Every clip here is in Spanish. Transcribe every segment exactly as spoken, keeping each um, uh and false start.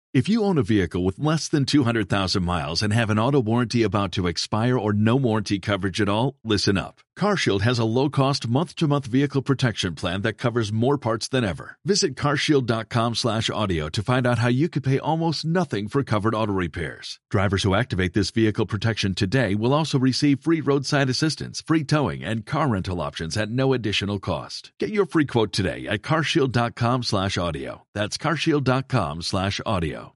If you own a vehicle with less than two hundred thousand miles and have an auto warranty about to expire or no warranty coverage at all, listen up. CarShield has a low-cost month-to-month vehicle protection plan that covers more parts than ever. Visit carshield.com slash audio to find out how you could pay almost nothing for covered auto repairs. Drivers who activate this vehicle protection today will also receive free roadside assistance, free towing, and car rental options at no additional cost. Get your free quote today at carshield.com slash audio. That's carshield.com slash audio.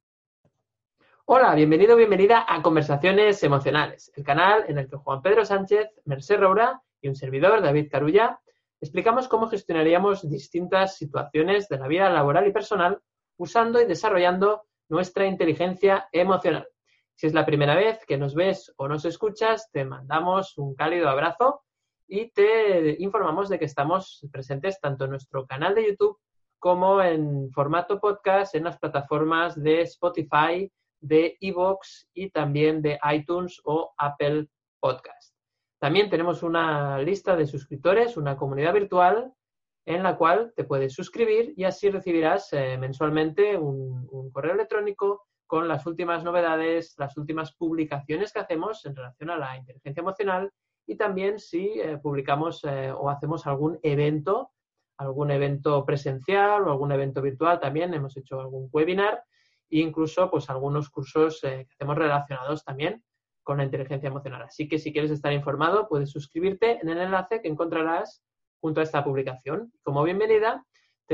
Hola, bienvenido, bienvenida a Conversaciones Emocionales, el canal en el que Juan Pedro Sánchez, Mercè Roura y un servidor, David Carulla, explicamos cómo gestionaríamos distintas situaciones de la vida laboral y personal usando y desarrollando nuestra inteligencia emocional. Si es la primera vez que nos ves o nos escuchas, te mandamos un cálido abrazo y te informamos de que estamos presentes tanto en nuestro canal de YouTube como en formato podcast en las plataformas de Spotify, de iVoox y también de iTunes o Apple Podcast. También tenemos una lista de suscriptores, una comunidad virtual en la cual te puedes suscribir y así recibirás eh, mensualmente un, un correo electrónico con las últimas novedades, las últimas publicaciones que hacemos en relación a la inteligencia emocional y también si eh, publicamos eh, o hacemos algún evento, algún evento presencial o algún evento virtual también. Hemos hecho algún webinar e incluso pues algunos cursos eh, que hacemos relacionados también con la inteligencia emocional. Así que si quieres estar informado, puedes suscribirte en el enlace que encontrarás junto a esta publicación. Como bienvenida,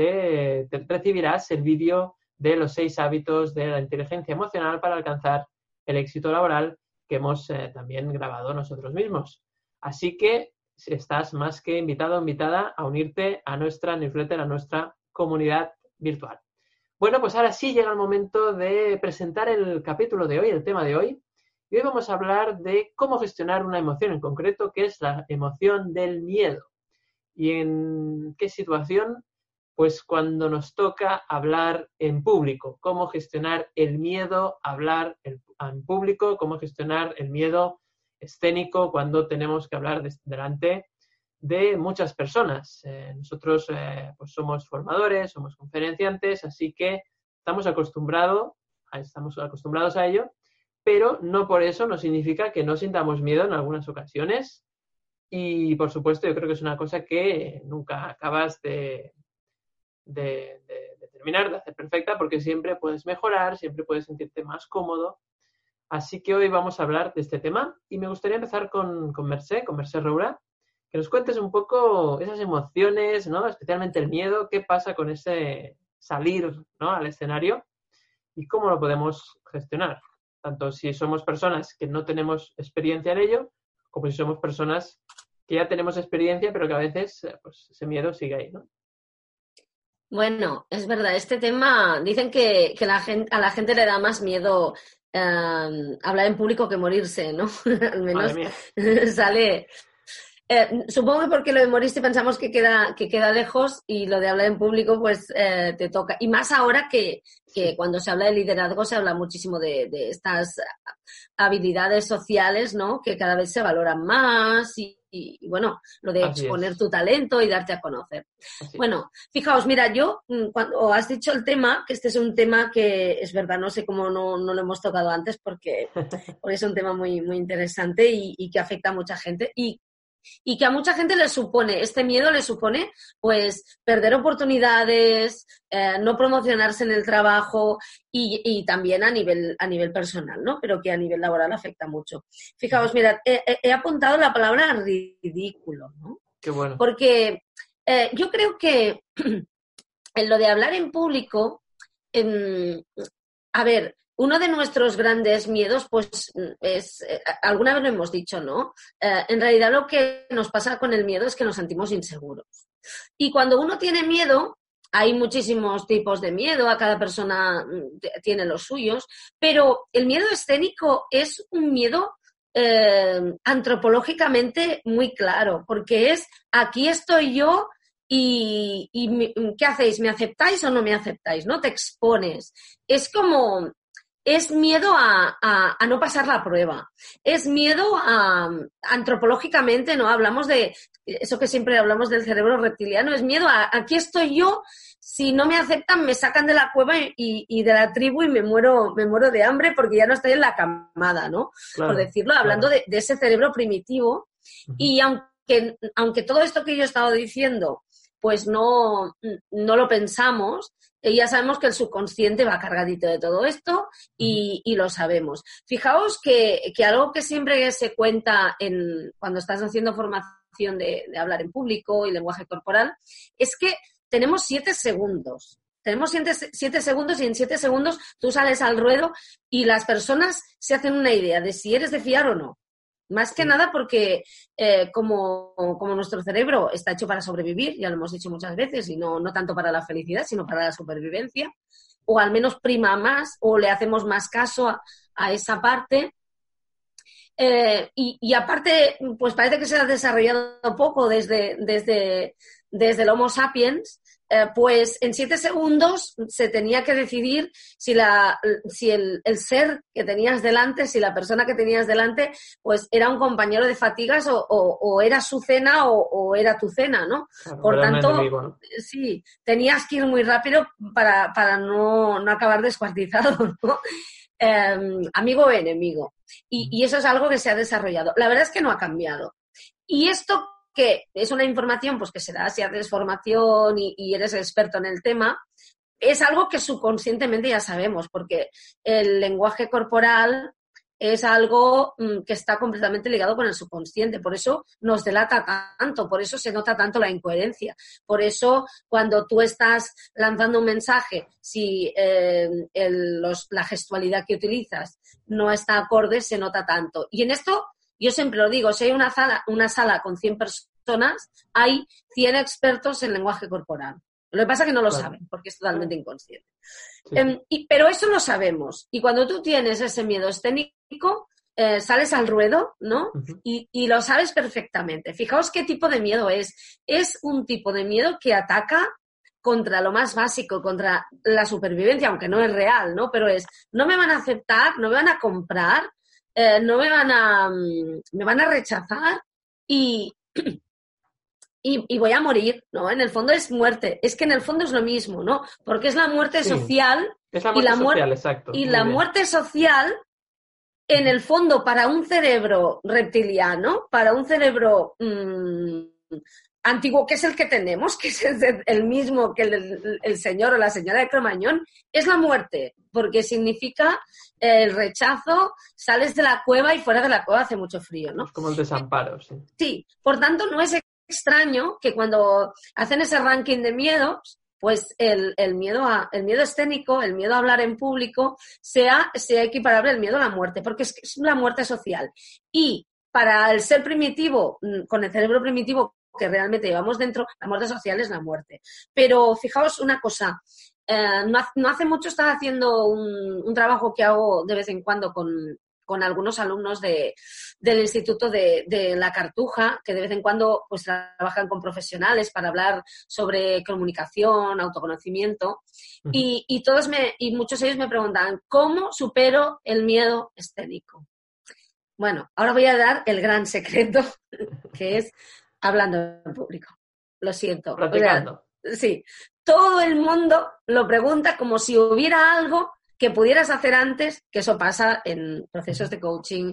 te, te recibirás el vídeo de los seis hábitos de la inteligencia emocional para alcanzar el éxito laboral que hemos eh, también grabado nosotros mismos. Así que estás más que invitado o invitada a unirte a nuestra newsletter, a nuestra comunidad virtual. Bueno, pues ahora sí llega el momento de presentar el capítulo de hoy, el tema de hoy. Y hoy vamos a hablar de cómo gestionar una emoción en concreto, que es la emoción del miedo. ¿Y en qué situación? Pues cuando nos toca hablar en público. Cómo gestionar el miedo a hablar en público, cómo gestionar el miedo escénico cuando tenemos que hablar de, delante de muchas personas. Eh, nosotros eh, pues somos formadores, somos conferenciantes, así que estamos acostumbrados, estamos acostumbrados a ello, pero no por eso no significa que no sintamos miedo en algunas ocasiones. Y, por supuesto, yo creo que es una cosa que nunca acabas de, de, de, de terminar, de hacer perfecta, porque siempre puedes mejorar, siempre puedes sentirte más cómodo. Así que hoy vamos a hablar de este tema y me gustaría empezar con, con Mercè, con Mercè Roura, que nos cuentes un poco esas emociones, ¿no? Especialmente el miedo, qué pasa con ese salir, ¿no?, al escenario y cómo lo podemos gestionar. Tanto si somos personas que no tenemos experiencia en ello, como si somos personas que ya tenemos experiencia, pero que a veces pues, ese miedo sigue ahí, ¿no? Bueno, es verdad, este tema, dicen que, que la gente, a la gente le da más miedo eh, hablar en público que morirse, ¿no? Al menos sale... Eh, supongo que porque lo de morirse pensamos que queda, que queda lejos y lo de hablar en público pues eh, te toca. Y más ahora que, que cuando se habla de liderazgo se habla muchísimo de, de estas habilidades sociales, ¿no? Que cada vez se valoran más y, y, y bueno, lo de Así exponer es. tu talento y darte a conocer. Así Bueno, fijaos, mira, yo cuando has dicho el tema, que este es un tema que es verdad, no sé cómo no, no lo hemos tocado antes porque, porque es un tema muy, muy interesante y, y que afecta a mucha gente y Y que a mucha gente le supone, este miedo le supone, pues, perder oportunidades, eh, no promocionarse en el trabajo y, y también a nivel, a nivel personal, ¿no? Pero que a nivel laboral afecta mucho. Fijaos, mirad, he, he apuntado la palabra ridículo, ¿no? Qué bueno. Porque eh, yo creo que en lo de hablar en público, eh, a ver, uno de nuestros grandes miedos, pues, es, eh, alguna vez lo hemos dicho, ¿no? Eh, en realidad lo que nos pasa con el miedo es que nos sentimos inseguros. Y cuando uno tiene miedo, hay muchísimos tipos de miedo, a cada persona tiene los suyos, pero el miedo escénico es un miedo eh, antropológicamente muy claro, porque es, aquí estoy yo y, y ¿qué hacéis? ¿Me aceptáis o no me aceptáis? ¿No? Te expones. Es como... Es miedo a, a, a no pasar la prueba. Es miedo a, antropológicamente, ¿no? Hablamos de eso que siempre hablamos del cerebro reptiliano. Es miedo a, aquí estoy yo si no me aceptan, me sacan de la cueva y, y de la tribu y me muero, me muero de hambre porque ya no estoy en la camada, ¿no? Claro, por decirlo, hablando claro. de, de ese cerebro primitivo. Ujú. Y aunque, aunque todo esto que yo he estado diciendo, pues no, no lo pensamos, eh, ya sabemos que el subconsciente va cargadito de todo esto y, y lo sabemos. Fijaos que, que algo que siempre se cuenta en, cuando estás haciendo formación de, de hablar en público y lenguaje corporal, es que tenemos siete segundos. Tenemos siete, siete segundos y en siete segundos tú sales al ruedo y las personas se hacen una idea de si eres de fiar o no. Más que nada porque eh, como, como nuestro cerebro está hecho para sobrevivir, ya lo hemos dicho muchas veces, y no, no tanto para la felicidad, sino para la supervivencia, o al menos prima más, o le hacemos más caso a, a esa parte. Eh, y, y aparte, pues parece que se ha desarrollado poco desde, desde, desde el Homo sapiens, eh, pues en siete segundos se tenía que decidir si, la, si el, el ser que tenías delante, si la persona que tenías delante, pues era un compañero de fatigas o, o, o era su cena o, o era tu cena, ¿no? Claro, Por era un tanto, enemigo, ¿no? sí, tenías que ir muy rápido para, para no, no acabar descuartizado, ¿no? Eh, amigo o enemigo. Y, y eso es algo que se ha desarrollado. La verdad es que no ha cambiado. Y esto que es una información pues que se da si haces formación y, y eres experto en el tema, es algo que subconscientemente ya sabemos, porque el lenguaje corporal es algo mmm, que está completamente ligado con el subconsciente. Por eso nos delata tanto, por eso se nota tanto la incoherencia. Por eso cuando tú estás lanzando un mensaje, si eh, el, los, la gestualidad que utilizas no está acorde, se nota tanto. Y en esto, yo siempre lo digo, si hay una sala, una sala con cien personas, hay cien expertos en lenguaje corporal. Lo que pasa es que no lo Claro. saben, porque es totalmente inconsciente. Sí, Eh, y, pero eso lo sabemos. Y cuando tú tienes ese miedo escénico, eh, sales al ruedo, ¿no? uh-huh. Y, y lo sabes perfectamente. Fijaos qué tipo de miedo es. Es un tipo de miedo que ataca contra lo más básico, contra la supervivencia, aunque no es real, ¿no? Pero es, no me van a aceptar, no me van a comprar, eh, no me van a, me van a rechazar y... Y, y voy a morir, ¿no? En el fondo es muerte. Es que en el fondo es lo mismo, ¿no? Porque es la muerte Sí, social. es la y muerte la muerte social, exacto. Y Muy la bien. muerte social, en el fondo, para un cerebro reptiliano, para un cerebro mmm, antiguo, que es el que tenemos, que es el, el mismo que el, el señor o la señora de Cromañón, es la muerte, porque significa el rechazo, sales de la cueva y fuera de la cueva hace mucho frío, ¿no? Es como el desamparo, sí. Sí, por tanto, no es extraño que cuando hacen ese ranking de miedos, pues el, el, miedo a, el miedo escénico, el miedo a hablar en público, sea, sea equiparable al miedo a la muerte, porque es, es la muerte social. Y para el ser primitivo, con el cerebro primitivo que realmente llevamos dentro, la muerte social es la muerte. Pero fijaos una cosa, eh, no, no hace mucho estaba haciendo un, un trabajo que hago de vez en cuando con... con algunos alumnos de, del Instituto de, de La Cartuja, que de vez en cuando pues trabajan con profesionales para hablar sobre comunicación, autoconocimiento, uh-huh. y, y, todos me, y muchos de ellos me preguntan, ¿cómo supero el miedo escénico? Bueno, ahora voy a dar el gran secreto, que es hablando en público. Lo siento. Practicando. O sea, sí, todo el mundo lo pregunta como si hubiera algo que pudieras hacer antes, que eso pasa en procesos de coaching,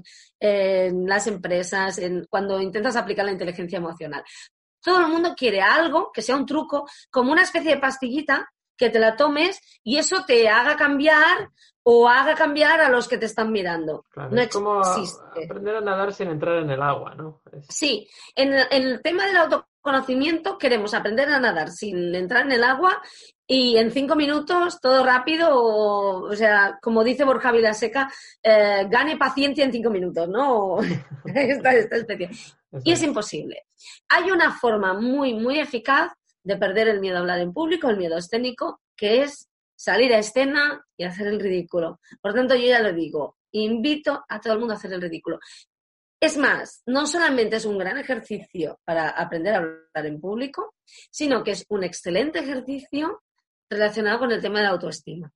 en las empresas, en cuando intentas aplicar la inteligencia emocional. Todo el mundo quiere algo que sea un truco, como una especie de pastillita que te la tomes y eso te haga cambiar o haga cambiar a los que te están mirando. Claro, no es como existe. Aprender a nadar sin entrar en el agua, ¿no? Es... Sí, en el, en el tema del autoconocimiento queremos aprender a nadar sin entrar en el agua y en cinco minutos, todo rápido, o, o sea, como dice Borja Vilaseca, eh, gane paciencia en cinco minutos, ¿no? esta, esta especie. Y es imposible. Hay una forma muy, muy eficaz de perder el miedo a hablar en público, el miedo escénico, que es salir a escena y hacer el ridículo. Por tanto, yo ya lo digo, invito a todo el mundo a hacer el ridículo. Es más, no solamente es un gran ejercicio para aprender a hablar en público, sino que es un excelente ejercicio relacionado con el tema de la autoestima,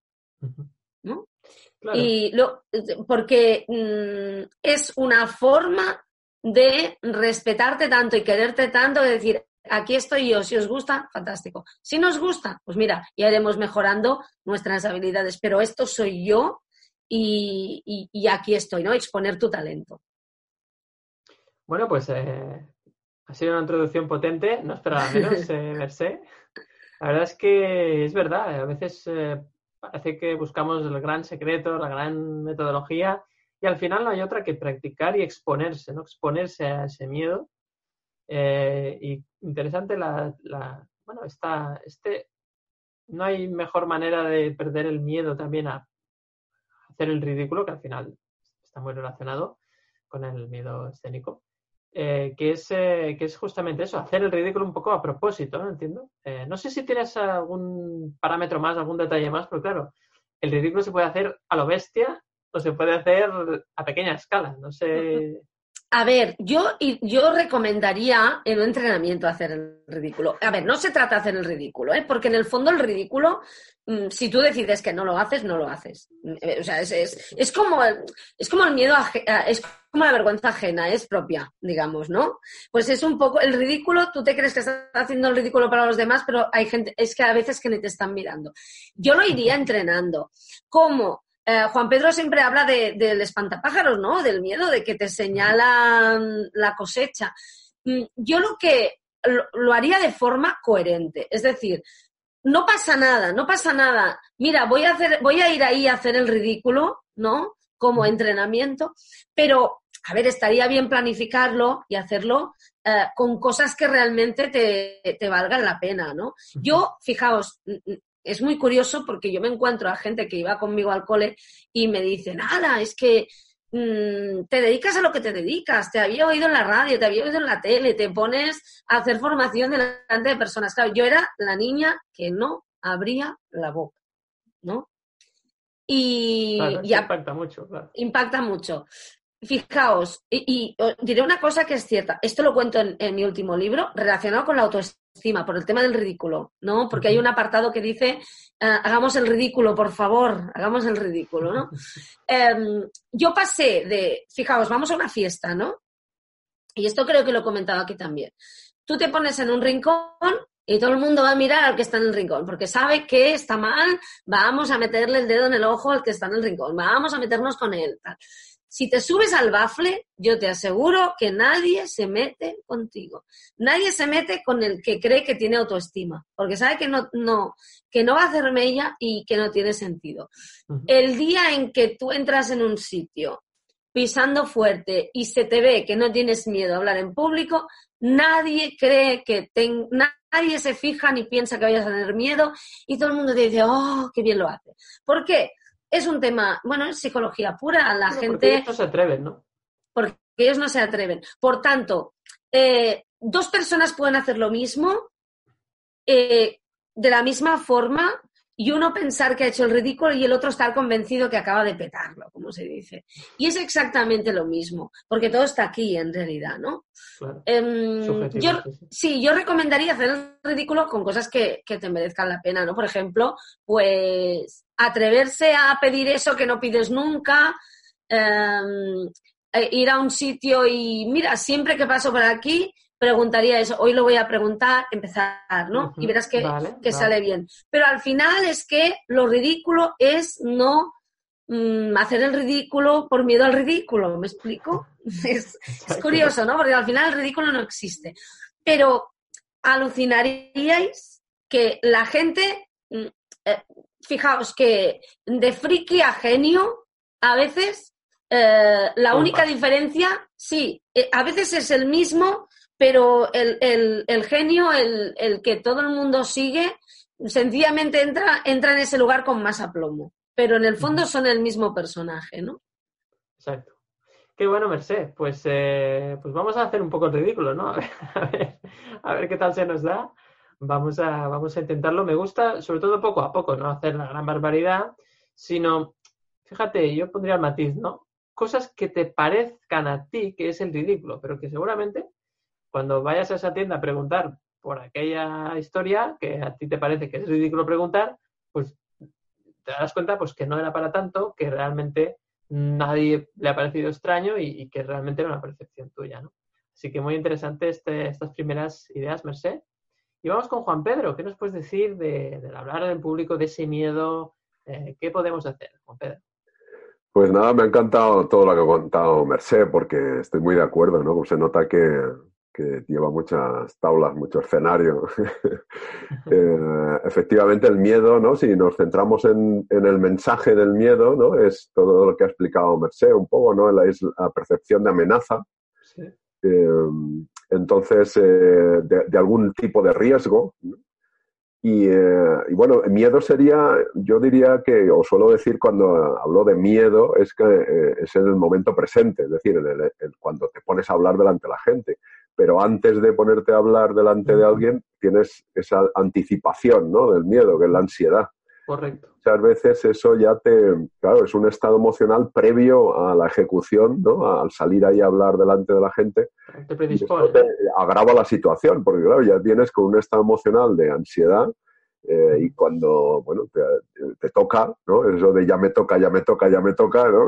¿no? Claro. Y lo, porque mmm, es una forma de respetarte tanto y quererte tanto, de decir, aquí estoy yo, si os gusta, fantástico. Si no os gusta, pues mira, ya iremos mejorando nuestras habilidades, pero esto soy yo y, y, y aquí estoy, ¿no? Exponer tu talento. Bueno, pues eh, ha sido una introducción potente, no esperaba menos, eh, Mercé. La verdad es que es verdad, a veces eh, parece que buscamos el gran secreto, la gran metodología, y al final no hay otra que practicar y exponerse, ¿no? Exponerse a ese miedo. Eh, y interesante la, la bueno, esta, este, no hay mejor manera de perder el miedo también a hacer el ridículo, que al final está muy relacionado con el miedo escénico, eh, que, es, eh, que es justamente eso, hacer el ridículo un poco a propósito, ¿no? Entiendo. Eh, no sé si tienes algún parámetro más, algún detalle más, pero claro, el ridículo se puede hacer a lo bestia o se puede hacer a pequeña escala, no sé... A ver, yo, yo recomendaría en un entrenamiento hacer el ridículo. A ver, no se trata de hacer el ridículo, ¿eh? Porque en el fondo el ridículo, si tú decides que no lo haces, no lo haces. O sea, es, es, es, como, el, es como el miedo, a, es como la vergüenza ajena, es propia, digamos, ¿no? Pues es un poco, el ridículo, tú te crees que estás haciendo el ridículo para los demás, pero hay gente, es que a veces que ni te están mirando. Yo lo iría entrenando. ¿Cómo? Eh, Juan Pedro siempre habla de, del espantapájaros, ¿no? Del miedo, de que te señalan la cosecha. Yo lo que lo, lo haría de forma coherente, es decir, no pasa nada, no pasa nada. Mira, voy a hacer, voy a ir ahí a hacer el ridículo, ¿no? Como entrenamiento, pero a ver, estaría bien planificarlo y hacerlo eh, con cosas que realmente te, te valgan la pena, ¿no? Yo, fijaos, es muy curioso porque yo me encuentro a gente que iba conmigo al cole y me dice, nada, es que mmm, te dedicas a lo que te dedicas, te había oído en la radio, te había oído en la tele, te pones a hacer formación delante de personas. Claro, yo era la niña que no abría la boca, ¿no? Y claro, ya impacta mucho, claro. Impacta mucho. Fijaos, y, y os diré una cosa que es cierta, esto lo cuento en, en mi último libro, relacionado con la autoestima, por el tema del ridículo, ¿no? Porque hay un apartado que dice, uh, hagamos el ridículo, por favor, hagamos el ridículo, ¿no? um, yo pasé de, fijaos, vamos a una fiesta, ¿no? Y esto creo que lo he comentado aquí también. Tú te pones en un rincón y todo el mundo va a mirar al que está en el rincón, porque sabe que está mal, vamos a meterle el dedo en el ojo al que está en el rincón, vamos a meternos con él, tal. Si te subes al bafle, yo te aseguro que nadie se mete contigo. Nadie se mete con el que cree que tiene autoestima, porque sabe que no, no, que no va a hacer mella y que no tiene sentido. Uh-huh. El día en que tú entras en un sitio pisando fuerte y se te ve que no tienes miedo a hablar en público, nadie cree que ten, nadie se fija ni piensa que vayas a tener miedo y todo el mundo te dice, oh, qué bien lo hace. ¿Por qué? Es un tema, bueno, es psicología pura. La bueno, gente... Porque ellos no se atreven, ¿no? Porque ellos no se atreven. Por tanto, eh, dos personas pueden hacer lo mismo eh, de la misma forma y uno pensar que ha hecho el ridículo y el otro estar convencido que acaba de petarlo, como se dice. Y es exactamente lo mismo, porque todo está aquí en realidad, ¿no? Claro. Eh, yo, sí, yo recomendaría hacer el ridículo con cosas que, que te merezcan la pena, ¿no? Por ejemplo, pues atreverse a pedir eso que no pides nunca, eh, ir a un sitio y, mira, siempre que paso por aquí, preguntaría eso. Hoy lo voy a preguntar, empezar, ¿no? Uh-huh. Y verás que, vale, que vale. sale bien. Pero al final es que lo ridículo es no mmm, hacer el ridículo por miedo al ridículo, ¿me explico? Es, es curioso, ¿no? Porque al final el ridículo no existe. Pero alucinaríais que la gente, eh, fijaos que de friki a genio, a veces eh, la Opa. única diferencia, sí, eh, a veces es el mismo, pero el, el, el genio, el, el que todo el mundo sigue, sencillamente entra, entra en ese lugar con más aplomo. Pero en el fondo son el mismo personaje, ¿no? Exacto. Qué bueno, Mercé. Pues, eh, pues vamos a hacer un poco el ridículo, ¿no? A ver, a ver, a ver qué tal se nos da. Vamos a, vamos a intentarlo. Me gusta, sobre todo poco a poco, no hacer la gran barbaridad, sino, fíjate, yo pondría el matiz, ¿no? Cosas que te parezcan a ti que es el ridículo, pero que seguramente cuando vayas a esa tienda a preguntar por aquella historia que a ti te parece que es ridículo preguntar, pues te das cuenta pues que no era para tanto, que realmente nadie le ha parecido extraño y, y que realmente era una percepción tuya, ¿no? Así que muy interesante este, estas primeras ideas, Mercé. Y vamos con Juan Pedro. ¿Qué nos puedes decir de, del hablar en público, de ese miedo? Eh, ¿Qué podemos hacer, Juan Pedro? Pues nada, me ha encantado todo lo que ha contado Mercé, porque estoy muy de acuerdo, ¿no? Como se nota que, que lleva muchas tablas, mucho escenario. eh, efectivamente, el miedo, ¿no? Si nos centramos en, en el mensaje del miedo, ¿no? Es todo lo que ha explicado Mercé un poco, ¿no? Es la percepción de amenaza. Sí. Eh, entonces, eh, de, de algún tipo de riesgo, ¿no? Y, eh, y bueno, miedo sería, yo diría que, o suelo decir cuando hablo de miedo, es que eh, es en el momento presente, es decir, en el, en cuando te pones a hablar delante de la gente. Pero antes de ponerte a hablar delante de alguien, tienes esa anticipación, ¿no? Del miedo, que es la ansiedad. Correcto. Muchas veces eso ya te, claro, es un estado emocional previo a la ejecución, ¿no? Al salir ahí a hablar delante de la gente. Te predispone. Te agrava la situación, porque claro, ya vienes con un estado emocional de ansiedad eh, y cuando, bueno, te, te toca, ¿no? Eso de ya me toca, ya me toca, ya me toca, ¿no?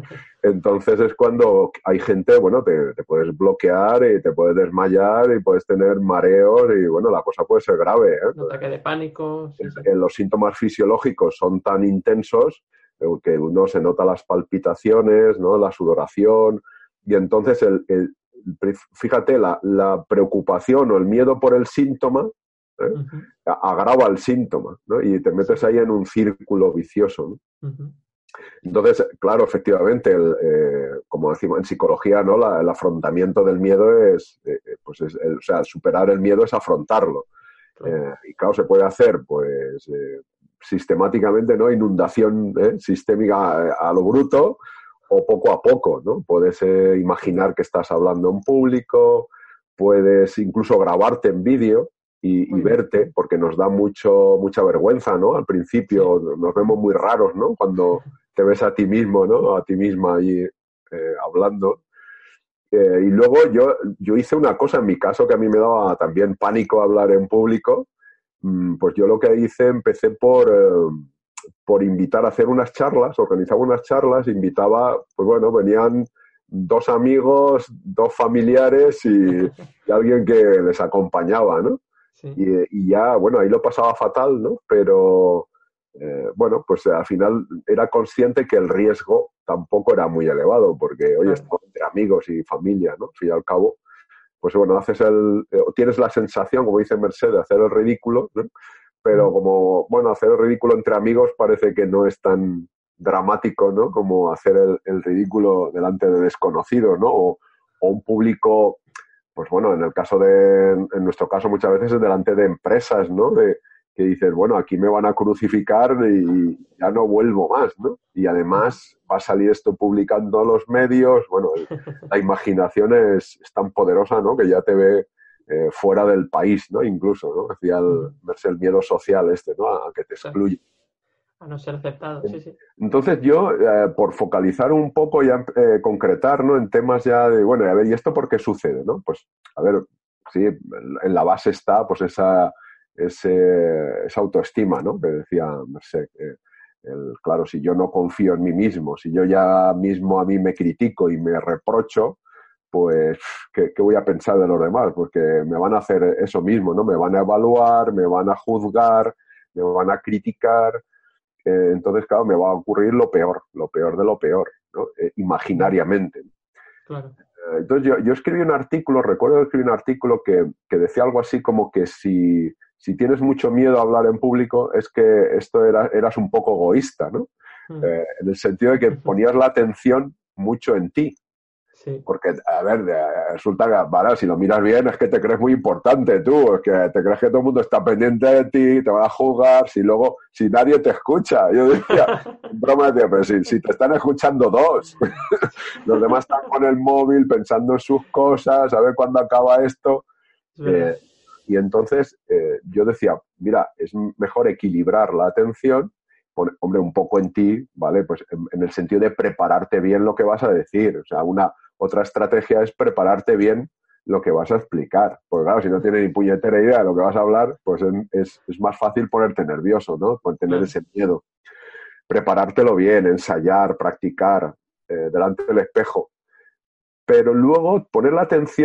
Entonces es cuando hay gente, bueno, te, te puedes bloquear y te puedes desmayar y puedes tener mareos y, bueno, la cosa puede ser grave, ¿eh? Un ataque de pánico. Sí, sí. Los síntomas fisiológicos son tan intensos que uno se nota las palpitaciones, ¿no? La sudoración, y entonces el, el fíjate, la, la preocupación o el miedo por el síntoma ¿eh? uh-huh. agrava el síntoma, ¿no? Y te metes ahí en un círculo vicioso, ¿no? Uh-huh. Entonces, claro, efectivamente, el, eh, como decimos en psicología, ¿no? La, el afrontamiento del miedo es, eh, pues es el, o sea, superar el miedo es afrontarlo. Uh-huh. Eh, y claro, se puede hacer, pues, eh, sistemáticamente, ¿no? Inundación ¿eh? sistémica a, a lo bruto, o poco a poco, ¿no? Puedes eh, imaginar que estás hablando en público, puedes incluso grabarte en vídeo y, y verte, porque nos da mucho mucha vergüenza, ¿no? Al principio sí. Nos vemos muy raros, ¿no? Cuando te ves a ti mismo, ¿no? A ti misma ahí eh, hablando. Eh, y luego yo, yo hice una cosa en mi caso que a mí me daba también pánico hablar en público. Mm, pues yo lo que hice, empecé por... Eh, por invitar a hacer unas charlas, organizaba unas charlas, invitaba, pues bueno, venían dos amigos, dos familiares y, y alguien que les acompañaba, ¿no? Sí. Y, y ya, bueno, ahí lo pasaba fatal, ¿no? Pero, eh, bueno, pues al final era consciente que el riesgo tampoco era muy elevado, porque, oye, estamos entre amigos y familia, ¿no? Al fin y al cabo, pues bueno, haces el, tienes la sensación, como dice Merced, de hacer el ridículo, ¿no? Pero como, bueno, hacer el ridículo entre amigos parece que no es tan dramático, ¿no? Como hacer el, el ridículo delante de desconocidos, ¿no? O, o un público, pues bueno, en el caso de, en nuestro caso muchas veces es delante de empresas, ¿no? De, que dices, bueno, aquí me van a crucificar y ya no vuelvo más, ¿no? Y además va a salir esto publicando en los medios, bueno, la imaginación es, es tan poderosa, ¿no? Que ya te ve... Eh, fuera del país, ¿no? Incluso, ¿no? Decía el, verse el miedo social este, ¿no? A, a que te excluye. A no ser aceptado, sí, sí. Entonces yo, eh, por focalizar un poco y eh, concretar, ¿no? En temas ya de, bueno, a ver, ¿y esto por qué sucede, no? Pues, a ver, sí, en la base está, pues, esa, ese, esa autoestima, ¿no? Que decía Mercé, que el, claro, si yo no confío en mí mismo, si yo ya mismo a mí me critico y me reprocho, pues, ¿qué, ¿qué voy a pensar de los demás? Porque me van a hacer eso mismo, ¿no? Me van a evaluar, me van a juzgar, me van a criticar. Eh, entonces, claro, me va a ocurrir lo peor, lo peor de lo peor, ¿no? Eh, imaginariamente. Claro. Eh, entonces, yo, yo escribí un artículo, recuerdo escribir un artículo que, que decía algo así como que si, si tienes mucho miedo a hablar en público, es que esto era, eras un poco egoísta, ¿no? Mm. Eh, en el sentido de que ponías la atención mucho en ti. Sí. Porque, a ver, resulta que, vale, si lo miras bien, es que te crees muy importante tú, es que te crees que todo el mundo está pendiente de ti, te va a juzgar, si luego, si nadie te escucha. Yo decía, en broma, decía, pero si, si te están escuchando dos, los demás están con el móvil pensando en sus cosas, a ver cuándo acaba esto. Eh, y entonces eh, yo decía, mira, es mejor equilibrar la atención, pon, hombre, un poco en ti, ¿vale? Pues en, en el sentido de prepararte bien lo que vas a decir, o sea, una... Otra estrategia es prepararte bien lo que vas a explicar. Porque claro, si no tienes ni puñetera idea de lo que vas a hablar, pues es, es más fácil ponerte nervioso, ¿no? Por tener ese miedo. Preparártelo bien, ensayar, practicar, eh, delante del espejo. Pero luego poner la atención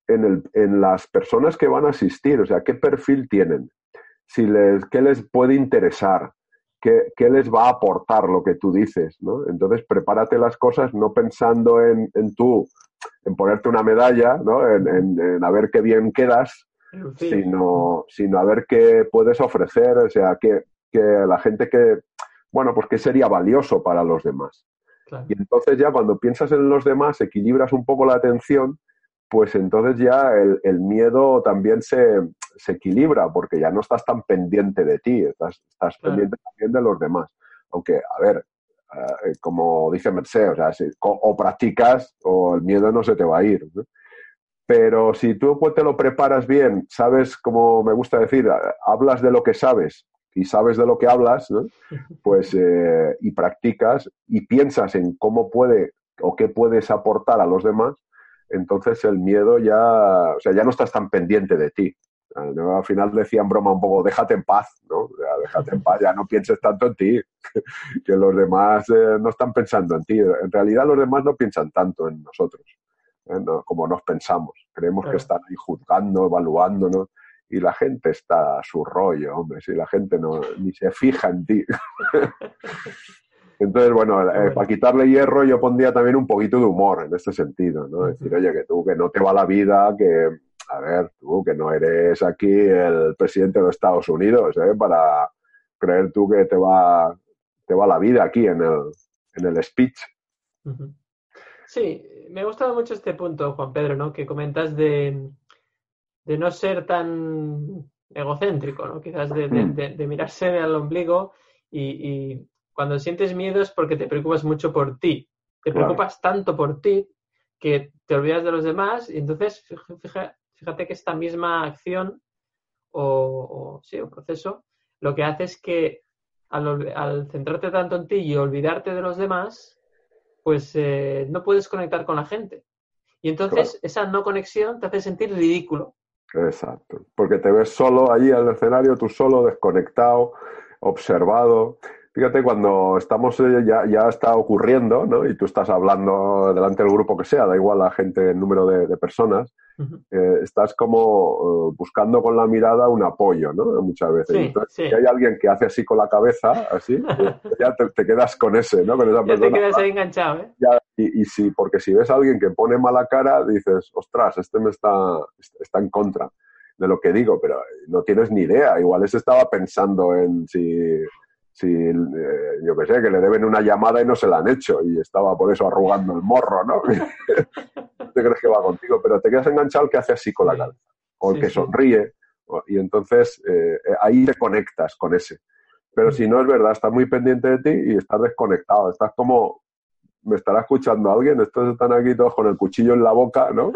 en, el, en las personas que van a asistir, o sea, qué perfil tienen, si les, qué les puede interesar, qué, qué les va a aportar lo que tú dices, ¿no? Entonces, prepárate las cosas no pensando en, en tú, en ponerte una medalla, ¿no? En, en, en a ver qué bien quedas, Sí. sino, sino a ver qué puedes ofrecer, o sea, que, que la gente que, bueno, pues que sería valioso para los demás. Claro. Y entonces ya cuando piensas en los demás, equilibras un poco la atención, pues entonces ya el, el miedo también se, se equilibra, porque ya no estás tan pendiente de ti, estás, estás Claro. pendiente también de los demás. Aunque, a ver, eh, como dice Mercé, o sea, si, o, o practicas o el miedo no se te va a ir, ¿no? Pero si tú pues, te lo preparas bien, sabes, como me gusta decir, hablas de lo que sabes y sabes de lo que hablas, ¿no? Pues eh, y practicas y piensas en cómo puede o qué puedes aportar a los demás, entonces el miedo ya, o sea, ya no estás tan pendiente de ti. Al final decía en broma un poco, déjate en paz, ¿no? O sea, déjate en paz, ya no pienses tanto en ti, que los demás eh, no están pensando en ti. En realidad los demás no piensan tanto en nosotros, ¿eh? No, como nos pensamos. Creemos Claro. que están ahí juzgando, evaluándonos, y la gente está a su rollo, hombre, si la gente no ni se fija en ti. Entonces, bueno, eh, Bueno. para quitarle hierro yo pondría también un poquito de humor en este sentido, ¿no? Uh-huh. Decir, oye, que tú, que no te va la vida, que, a ver, tú, que no eres aquí el presidente de los Estados Unidos, ¿eh? Para creer tú que te va, te va la vida aquí en el, en el speech. Uh-huh. Sí, me ha gustado mucho este punto, Juan Pedro, ¿no? Que comentas de, de no ser tan egocéntrico, ¿no? Quizás de, de, de, de mirarse al ombligo y, y cuando sientes miedo es porque te preocupas mucho por ti. Te Claro. preocupas tanto por ti que te olvidas de los demás y entonces fíjate, fíjate que esta misma acción o, o sí, o proceso lo que hace es que al, al centrarte tanto en ti y olvidarte de los demás, pues eh, no puedes conectar con la gente. Y entonces Claro. esa no conexión te hace sentir ridículo. Exacto, porque te ves solo allí en el escenario, tú solo, desconectado, observado. Fíjate, cuando estamos, eh, ya, ya está ocurriendo, ¿no? Y tú estás hablando delante del grupo que sea, da igual la gente, el número de, de personas, Uh-huh. eh, estás como eh, buscando con la mirada un apoyo, ¿no? Muchas veces. Sí, Entonces, sí. si hay alguien que hace así con la cabeza, así, pues ya te, te quedas con ese, ¿no? Con esa Ya persona. te quedas ahí enganchado, ¿eh? Ya, y, y sí, porque si ves a alguien que pone mala cara, dices, ostras, este me está, está en contra de lo que digo, pero no tienes ni idea. Igual ese estaba pensando en si, si eh, yo qué sé, que le deben una llamada y no se la han hecho y estaba por eso arrugando el morro, ¿no? No te crees que va contigo, pero te quedas enganchado el que hace así con Sí. la cabeza, o el Sí, que sí. sonríe, o, y entonces eh, ahí te conectas con ese. Pero Mm. si no, es verdad, estás muy pendiente de ti y estás desconectado, estás como... ¿Me estará escuchando alguien? Estos están aquí todos con el cuchillo en la boca, ¿no?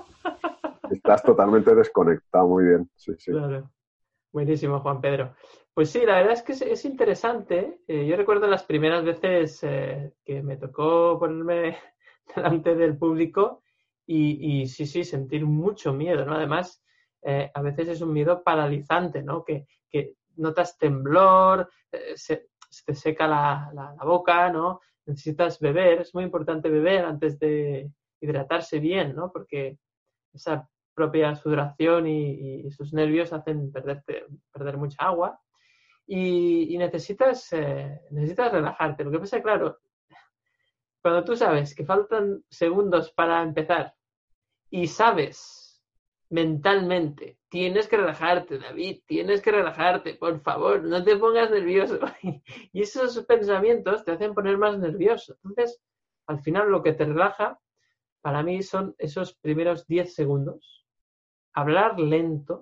Estás totalmente desconectado, muy bien. Sí, sí. Claro. Buenísimo, Juan Pedro. Pues sí, la verdad es que es, es interesante. Eh, yo recuerdo las primeras veces eh, que me tocó ponerme delante del público y, y sí, sí, sentir mucho miedo, ¿no? Además, eh, a veces es un miedo paralizante, ¿no? Que, que notas temblor, eh, se, se te seca la, la, la boca, ¿no? Necesitas beber, es muy importante beber antes de hidratarse bien, ¿no? Porque esa propia sudoración y, y esos nervios hacen perderte, perder mucha agua y, y necesitas, eh, necesitas relajarte. Lo que pasa es, claro, cuando tú sabes que faltan segundos para empezar y sabes mentalmente, tienes que relajarte, David, tienes que relajarte, por favor, no te pongas nervioso. Y esos pensamientos te hacen poner más nervioso. Entonces, al final lo que te relaja, para mí, son esos primeros diez segundos. Hablar lento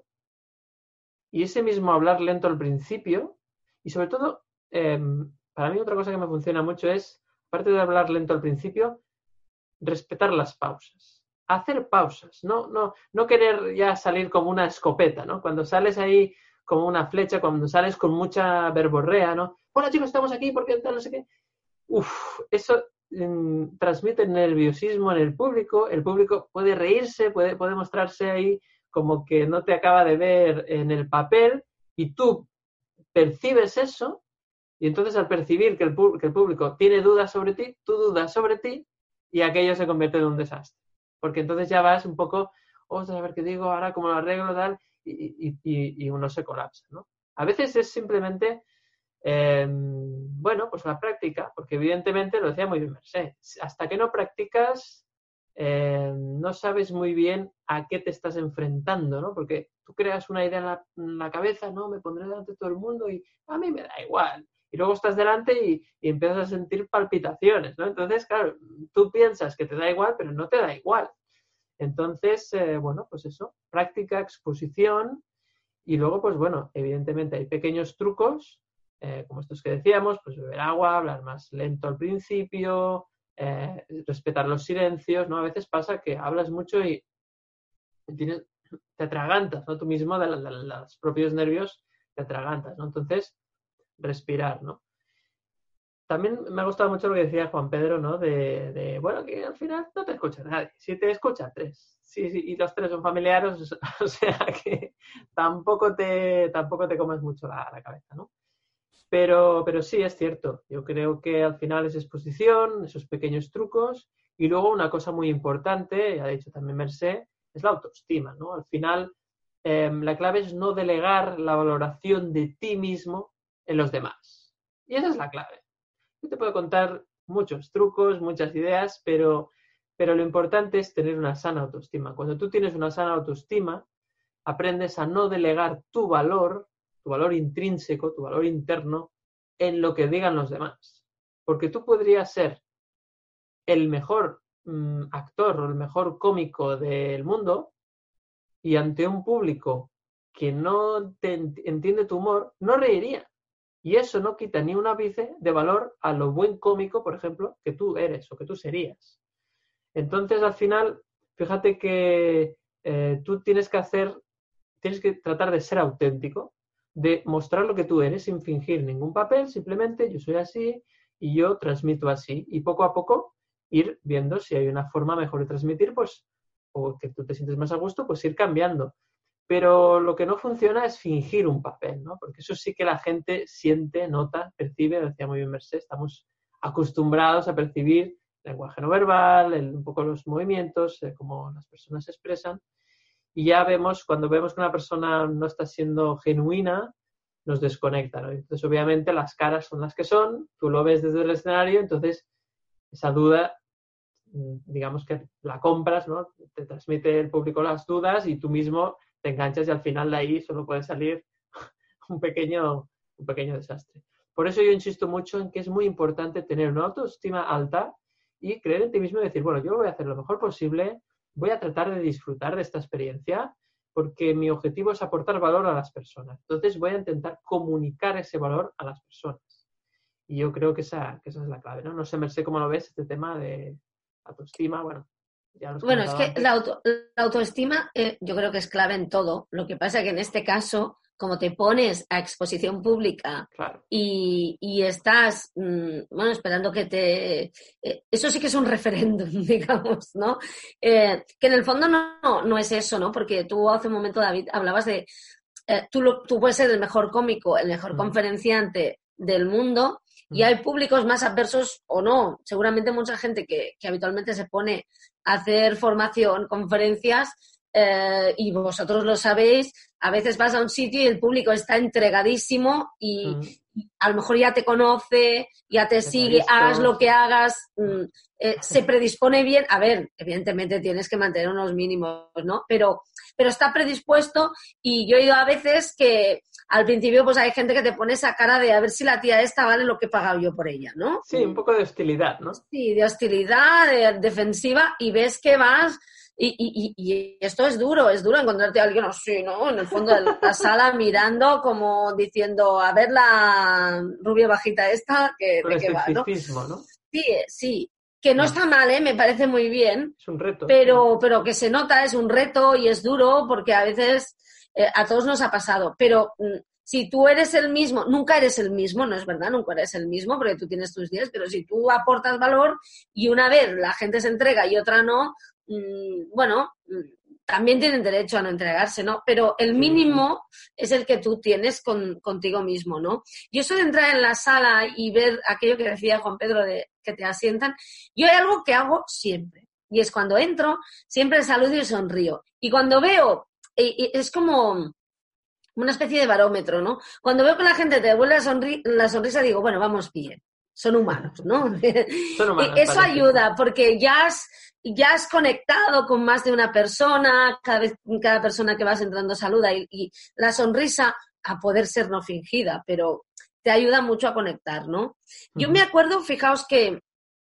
y ese mismo hablar lento al principio y sobre todo, eh, para mí otra cosa que me funciona mucho es, aparte de hablar lento al principio, respetar las pausas. Hacer pausas, no, no, no querer ya salir como una escopeta, ¿no? Cuando sales ahí como una flecha, cuando sales con mucha verborrea, ¿no? Hola chicos, estamos aquí porque tal, no sé qué. Uf, eso eh, transmite nerviosismo en el público, el público puede reírse, puede, puede mostrarse ahí como que no te acaba de ver en el papel y tú percibes eso y entonces al percibir que el, que el público tiene dudas sobre ti, tú dudas sobre ti y aquello se convierte en un desastre. Porque entonces ya vas un poco ostras, a ver qué digo, ahora cómo lo arreglo, tal, y, y, y, y uno se colapsa, ¿no? A veces es simplemente, eh, bueno, pues la práctica, porque evidentemente, lo decía muy bien Mercé, hasta que no practicas, eh, no sabes muy bien a qué te estás enfrentando, ¿no? Porque tú creas una idea en la, en la cabeza, ¿no? Me pondré delante de todo el mundo y a mí me da igual. Y luego estás delante y, y empiezas a sentir palpitaciones, ¿no? Entonces, claro, tú piensas que te da igual, pero no te da igual. Entonces, eh, bueno, pues eso, práctica, exposición y luego, pues bueno, evidentemente hay pequeños trucos, eh, como estos que decíamos, pues beber agua, hablar más lento al principio, eh, respetar los silencios, ¿no? A veces pasa que hablas mucho y tienes, te atragantas, ¿no? Tú mismo, de, la, de los propios nervios, te atragantas, ¿no? Entonces, respirar, ¿no? También me ha gustado mucho lo que decía Juan Pedro, ¿no? De, de bueno, que al final no te escucha nadie. Si te escucha, tres. Sí, sí, y los tres son familiares, o sea que tampoco te, tampoco te comes mucho la, la cabeza, ¿no? Pero, pero sí, es cierto. Yo creo que al final es exposición, esos pequeños trucos, y luego una cosa muy importante, ya ha dicho también Mercé, es la autoestima, ¿no? Al final, eh, la clave es no delegar la valoración de ti mismo en los demás. Y esa es la clave. Yo te puedo contar muchos trucos, muchas ideas, pero, pero lo importante es tener una sana autoestima. Cuando tú tienes una sana autoestima, aprendes a no delegar tu valor, tu valor intrínseco, tu valor interno, en lo que digan los demás. Porque tú podrías ser el mejor mmm, actor o el mejor cómico del mundo y ante un público que no te entiende tu humor, no reiría. Y eso no quita ni un ápice de valor a lo buen cómico, por ejemplo, que tú eres o que tú serías. Entonces, al final, fíjate que eh, tú tienes que hacer, tienes que tratar de ser auténtico, de mostrar lo que tú eres sin fingir ningún papel, simplemente yo soy así y yo transmito así. Y poco a poco ir viendo si hay una forma mejor de transmitir, pues, o que tú te sientes más a gusto, pues ir cambiando. Pero lo que no funciona es fingir un papel, ¿no? Porque eso sí que la gente siente, nota, percibe, decía muy bien Mercé, estamos acostumbrados a percibir el lenguaje no verbal, el, un poco los movimientos, eh, cómo las personas se expresan, y ya vemos, cuando vemos que una persona no está siendo genuina, nos desconecta, ¿no? Entonces, obviamente, las caras son las que son, tú lo ves desde el escenario, entonces esa duda, digamos que la compras, ¿no? Te transmite el público las dudas y tú mismo te enganchas y al final de ahí solo puede salir un pequeño, un pequeño desastre. Por eso yo insisto mucho en que es muy importante tener una autoestima alta y creer en ti mismo y decir, bueno, yo voy a hacer lo mejor posible, voy a tratar de disfrutar de esta experiencia porque mi objetivo es aportar valor a las personas. Entonces voy a intentar comunicar ese valor a las personas. Y yo creo que esa, que esa es la clave, ¿no? No sé, Mercé, cómo lo ves, este tema de autoestima, bueno. Bueno, es que la, auto, la autoestima eh, yo creo que es clave en todo. Lo que pasa es que en este caso, como te pones a exposición pública claro. y, y estás, mmm, bueno, esperando que te... Eh, eso sí que es un referéndum, digamos, ¿no? Eh, que en el fondo no, no es eso, ¿no? Porque tú hace un momento, David, hablabas de... Eh, tú, lo, tú puedes ser el mejor cómico, el mejor mm. conferenciante del mundo, y hay públicos más adversos o no. Seguramente mucha gente que, que habitualmente se pone a hacer formación, conferencias, eh, y vosotros lo sabéis, a veces vas a un sitio y el público está entregadísimo y, uh-huh. y a lo mejor ya te conoce, ya te sigue, hagas lo que hagas, mm, eh, se predispone bien. A ver, evidentemente tienes que mantener unos mínimos, ¿no? Pero, pero está predispuesto y yo he ido a veces que al principio pues hay gente que te pone esa cara de a ver si la tía esta vale lo que he pagado yo por ella, ¿no? Sí, un poco de hostilidad, ¿no? Sí, de hostilidad, de defensiva, y ves que vas y, y, y esto es duro, es duro encontrarte a alguien así, ¿no? En el fondo de la sala mirando como diciendo, a ver la rubia bajita esta, que de qué va, ¿no? ¿no? Sí, sí. Que no está mal, ¿eh? Me parece muy bien. Es un reto. Pero, sí. pero que se nota, es un reto y es duro porque a veces eh, a todos nos ha pasado. Pero mm, si tú eres el mismo, nunca eres el mismo, no es verdad, nunca eres el mismo porque tú tienes tus días, pero si tú aportas valor y una vez la gente se entrega y otra no, mmm, bueno, también tienen derecho a no entregarse, ¿no? Pero el mínimo es el que tú tienes con, contigo mismo, ¿no? Y eso de entrar en la sala y ver aquello que decía Juan Pedro de que te asientan, yo hay algo que hago siempre. Y es cuando entro, siempre saludo y sonrío. Y cuando veo, es como una especie de barómetro, ¿no? Cuando veo que la gente te devuelve la, sonri- la sonrisa, digo, bueno, vamos bien, son humanos, ¿no? Son humanos, Eso parece. ayuda, porque ya has, ya has conectado con más de una persona, cada vez, cada persona que vas entrando saluda, y, y la sonrisa, a poder ser no fingida, pero te ayuda mucho a conectar, ¿no? Yo Uh-huh. me acuerdo, fijaos que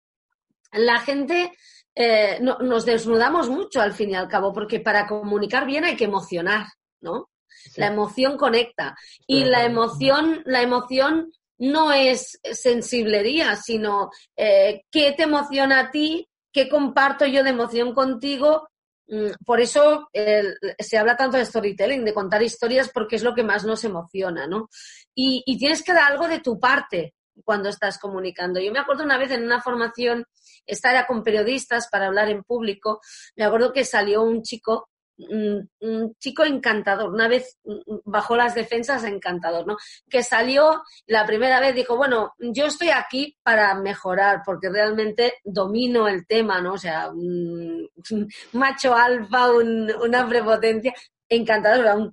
la gente... Eh, no, nos desnudamos mucho al fin y al cabo, porque para comunicar bien hay que emocionar, ¿no? Sí. La emoción conecta. Estoy Y de la acuerdo. emoción, la emoción no es sensiblería, sino eh, qué te emociona a ti, qué comparto yo de emoción contigo. Por eso eh, se habla tanto de storytelling, de contar historias, porque es lo que más nos emociona, ¿no? Y, y tienes que dar algo de tu parte cuando estás comunicando. Yo me acuerdo una vez en una formación, esta era con periodistas para hablar en público, me acuerdo que salió un chico, un, un chico encantador, una vez bajó las defensas, encantador, ¿no? Que salió la primera vez, dijo, bueno, yo estoy aquí para mejorar, porque realmente domino el tema, ¿no? O sea, un, un macho alfa, un, una prepotencia, encantador. Un,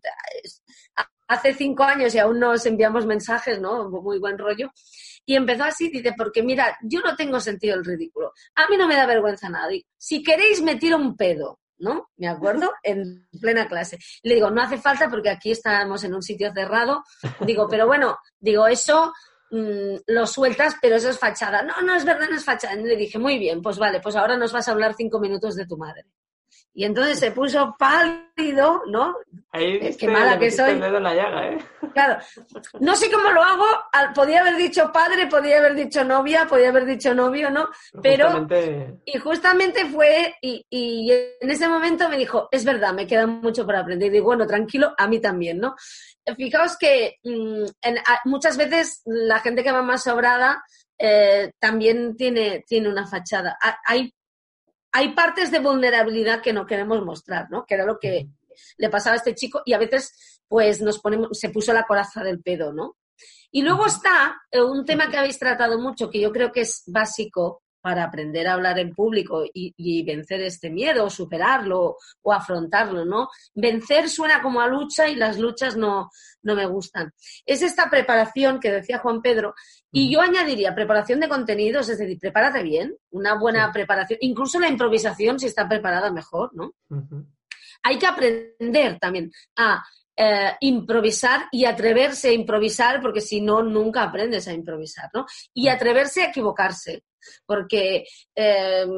hace cinco años y aún nos enviamos mensajes, ¿no? Muy buen rollo. Y empezó así, dice, porque mira, yo no tengo sentido el ridículo. A mí no me da vergüenza nada. Si queréis me tiro un pedo, ¿no? Me acuerdo, en plena clase. Le digo, no hace falta porque aquí estamos en un sitio cerrado. Digo, pero bueno, digo, eso mmm, lo sueltas, pero eso es fachada. No, no es verdad, no es fachada. Y le dije, muy bien, pues vale, pues ahora nos vas a hablar cinco minutos de tu madre. Y entonces se puso pálido, ¿no? Ahí viste, qué mala le que soy. El dedo en la llaga, ¿eh? Claro, no sé cómo lo hago, podía haber dicho padre, podía haber dicho novia, podía haber dicho novio, ¿no? Pero, justamente... y justamente fue, y, y en ese momento me dijo, es verdad, me queda mucho por aprender. Y digo, bueno, tranquilo, a mí también, ¿no? Fijaos que mmm, en, a, muchas veces la gente que va más sobrada eh, también tiene, tiene una fachada. Hay Hay partes de vulnerabilidad que no queremos mostrar, ¿no? Que era lo que le pasaba a este chico y a veces, pues, nos ponemos, se puso la coraza del pedo, ¿no? Y luego está un tema que habéis tratado mucho, que yo creo que es básico para aprender a hablar en público y, y vencer este miedo, superarlo o afrontarlo, ¿no? Vencer suena como a lucha y las luchas no, no me gustan. Es esta preparación que decía Juan Pedro, y yo añadiría preparación de contenidos, es decir, prepárate bien, una buena sí. preparación, incluso la improvisación, si está preparada, mejor, ¿no? Uh-huh. Hay que aprender también a eh, improvisar y atreverse a improvisar, porque si no, nunca aprendes a improvisar, ¿no? Y atreverse a equivocarse, porque eh,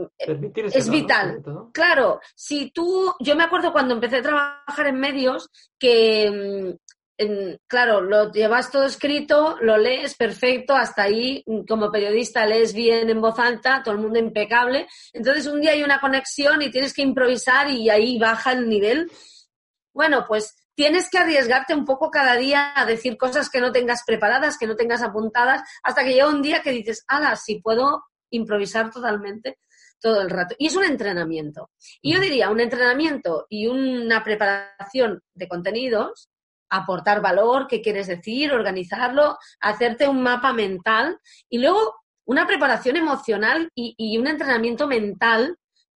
es vital. ¿No? Claro, si tú, yo me acuerdo cuando empecé a trabajar en medios que... En, claro, lo llevas todo escrito, lo lees perfecto, hasta ahí como periodista lees bien en voz alta, todo el mundo impecable. Entonces un día hay una conexión y tienes que improvisar y ahí baja el nivel. Bueno, pues tienes que arriesgarte un poco cada día a decir cosas que no tengas preparadas, que no tengas apuntadas, hasta que llega un día que dices, ala, si puedo improvisar totalmente todo el rato. Y es un entrenamiento. Y yo diría, un entrenamiento y una preparación de contenidos, aportar valor, qué quieres decir, organizarlo, hacerte un mapa mental y luego una preparación emocional y, y un entrenamiento mental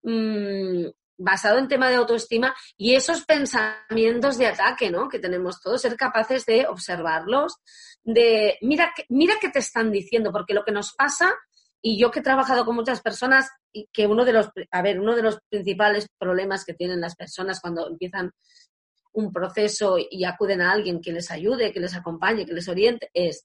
mmm, basado en tema de autoestima y esos pensamientos de ataque, ¿no? Que tenemos todos, ser capaces de observarlos, de mira, mira qué te están diciendo, porque lo que nos pasa, y yo que he trabajado con muchas personas, y que uno de los, a ver, uno de los principales problemas que tienen las personas cuando empiezan un proceso y acuden a alguien que les ayude, que les acompañe, que les oriente, es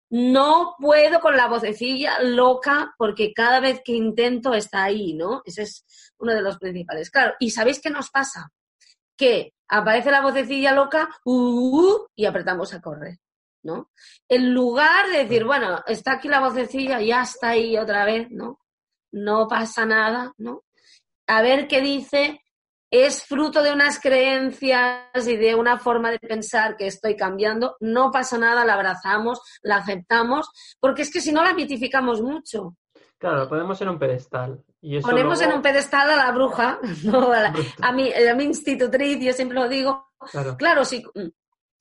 no puedo con la vocecilla loca porque cada vez que intento está ahí, ¿no? Ese es uno de los principales. Claro, ¿y sabéis qué nos pasa? Que aparece la vocecilla loca uh, uh, y apretamos a correr, ¿no? En lugar de decir, bueno, está aquí la vocecilla, ya está ahí otra vez, ¿no? No pasa nada, ¿no? A ver qué dice... Es fruto de unas creencias y de una forma de pensar que estoy cambiando. No pasa nada, la abrazamos, la aceptamos, porque es que si no la mitificamos mucho. Claro, lo ponemos en un pedestal. Y eso ponemos luego... en un pedestal a la bruja, ¿no? a, la, a, mi, a mi institutriz, yo siempre lo digo. Claro, claro si,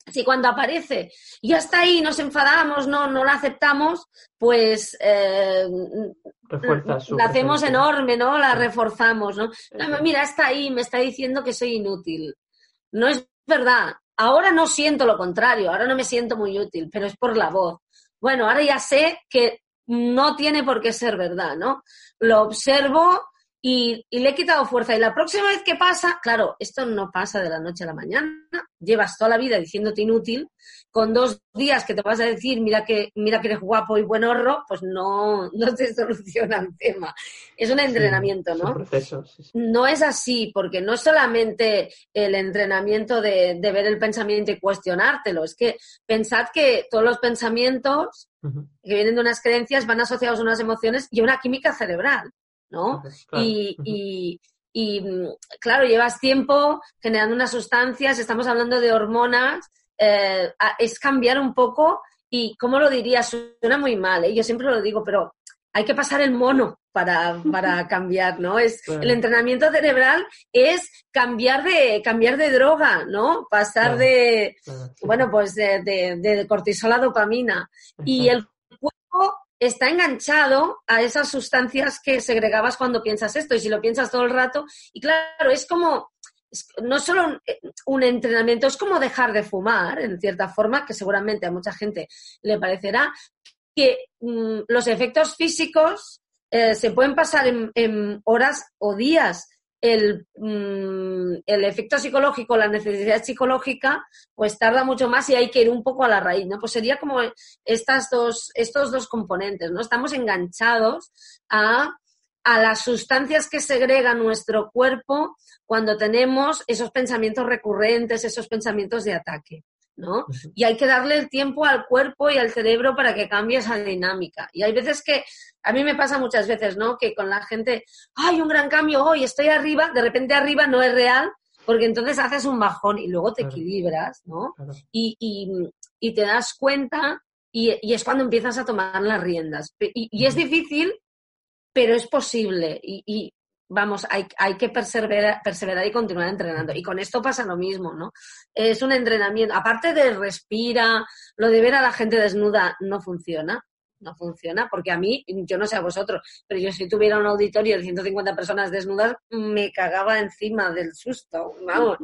Si cuando aparece ya está ahí, nos enfadamos, no, no la aceptamos, pues eh, Refuerza su la hacemos presencia. enorme, ¿no? La Sí. reforzamos, ¿no? Eso. Mira, está ahí, me está diciendo que soy inútil. No es verdad. Ahora no siento lo contrario, ahora no me siento muy útil, pero es por la voz. Bueno, ahora ya sé que no tiene por qué ser verdad, ¿no? Lo observo y, y le he quitado fuerza. Y la próxima vez que pasa, claro, esto no pasa de la noche a la mañana. Llevas toda la vida diciéndote inútil. Con dos días que te vas a decir, mira que, mira que eres guapo y buen horro, pues no, no te soluciona el tema. Es un entrenamiento, Sí, ¿no? Es un proceso, sí, sí. No es así, porque no es solamente el entrenamiento de, de ver el pensamiento y cuestionártelo. Es que pensad que todos los pensamientos Uh-huh. que vienen de unas creencias van asociados a unas emociones y a una química cerebral, ¿no? Claro, claro. Y, Uh-huh. y, y, claro, llevas tiempo generando unas sustancias, estamos hablando de hormonas, eh, es cambiar un poco y, ¿cómo lo diría? Suena muy mal, ¿eh? Yo siempre lo digo, pero hay que pasar el mono para, para cambiar, ¿no? Es, Claro. El entrenamiento cerebral es cambiar de, cambiar de droga, ¿no? Pasar Claro. de, Claro, sí. bueno, pues de, de, de cortisol a dopamina. Exacto. Y el cuerpo está enganchado a esas sustancias que segregabas cuando piensas esto. Y si lo piensas todo el rato, y claro, es como, es, no es solo un, un entrenamiento, es como dejar de fumar, en cierta forma, que seguramente a mucha gente le parecerá, que mmm, los efectos físicos eh, se pueden pasar en, en horas o días. El, mmm, el efecto psicológico, la necesidad psicológica, pues tarda mucho más y hay que ir un poco a la raíz, ¿no? Pues sería como estas dos, estos dos componentes, ¿no? Estamos enganchados a, a las sustancias que segrega nuestro cuerpo cuando tenemos esos pensamientos recurrentes, esos pensamientos de ataque, ¿no? Uh-huh. Y hay que darle el tiempo al cuerpo y al cerebro para que cambie esa dinámica. Y hay veces que, a mí me pasa muchas veces, ¿no? Que con la gente, ¡ay, un gran cambio! Hoy estoy arriba, de repente arriba no es real, porque entonces haces un bajón y luego te claro. equilibras, ¿no? Claro. Y, y, y te das cuenta y, y es cuando empiezas a tomar las riendas. Y, y uh-huh. es difícil, pero es posible. Y, y vamos, hay, hay que perseverar, perseverar y continuar entrenando. Y con esto pasa lo mismo, ¿no? Es un entrenamiento. Aparte de respira, lo de ver a la gente desnuda no funciona. No funciona, porque a mí, yo no sé a vosotros, pero yo si tuviera un auditorio de ciento cincuenta personas desnudas, me cagaba encima del susto, vamos.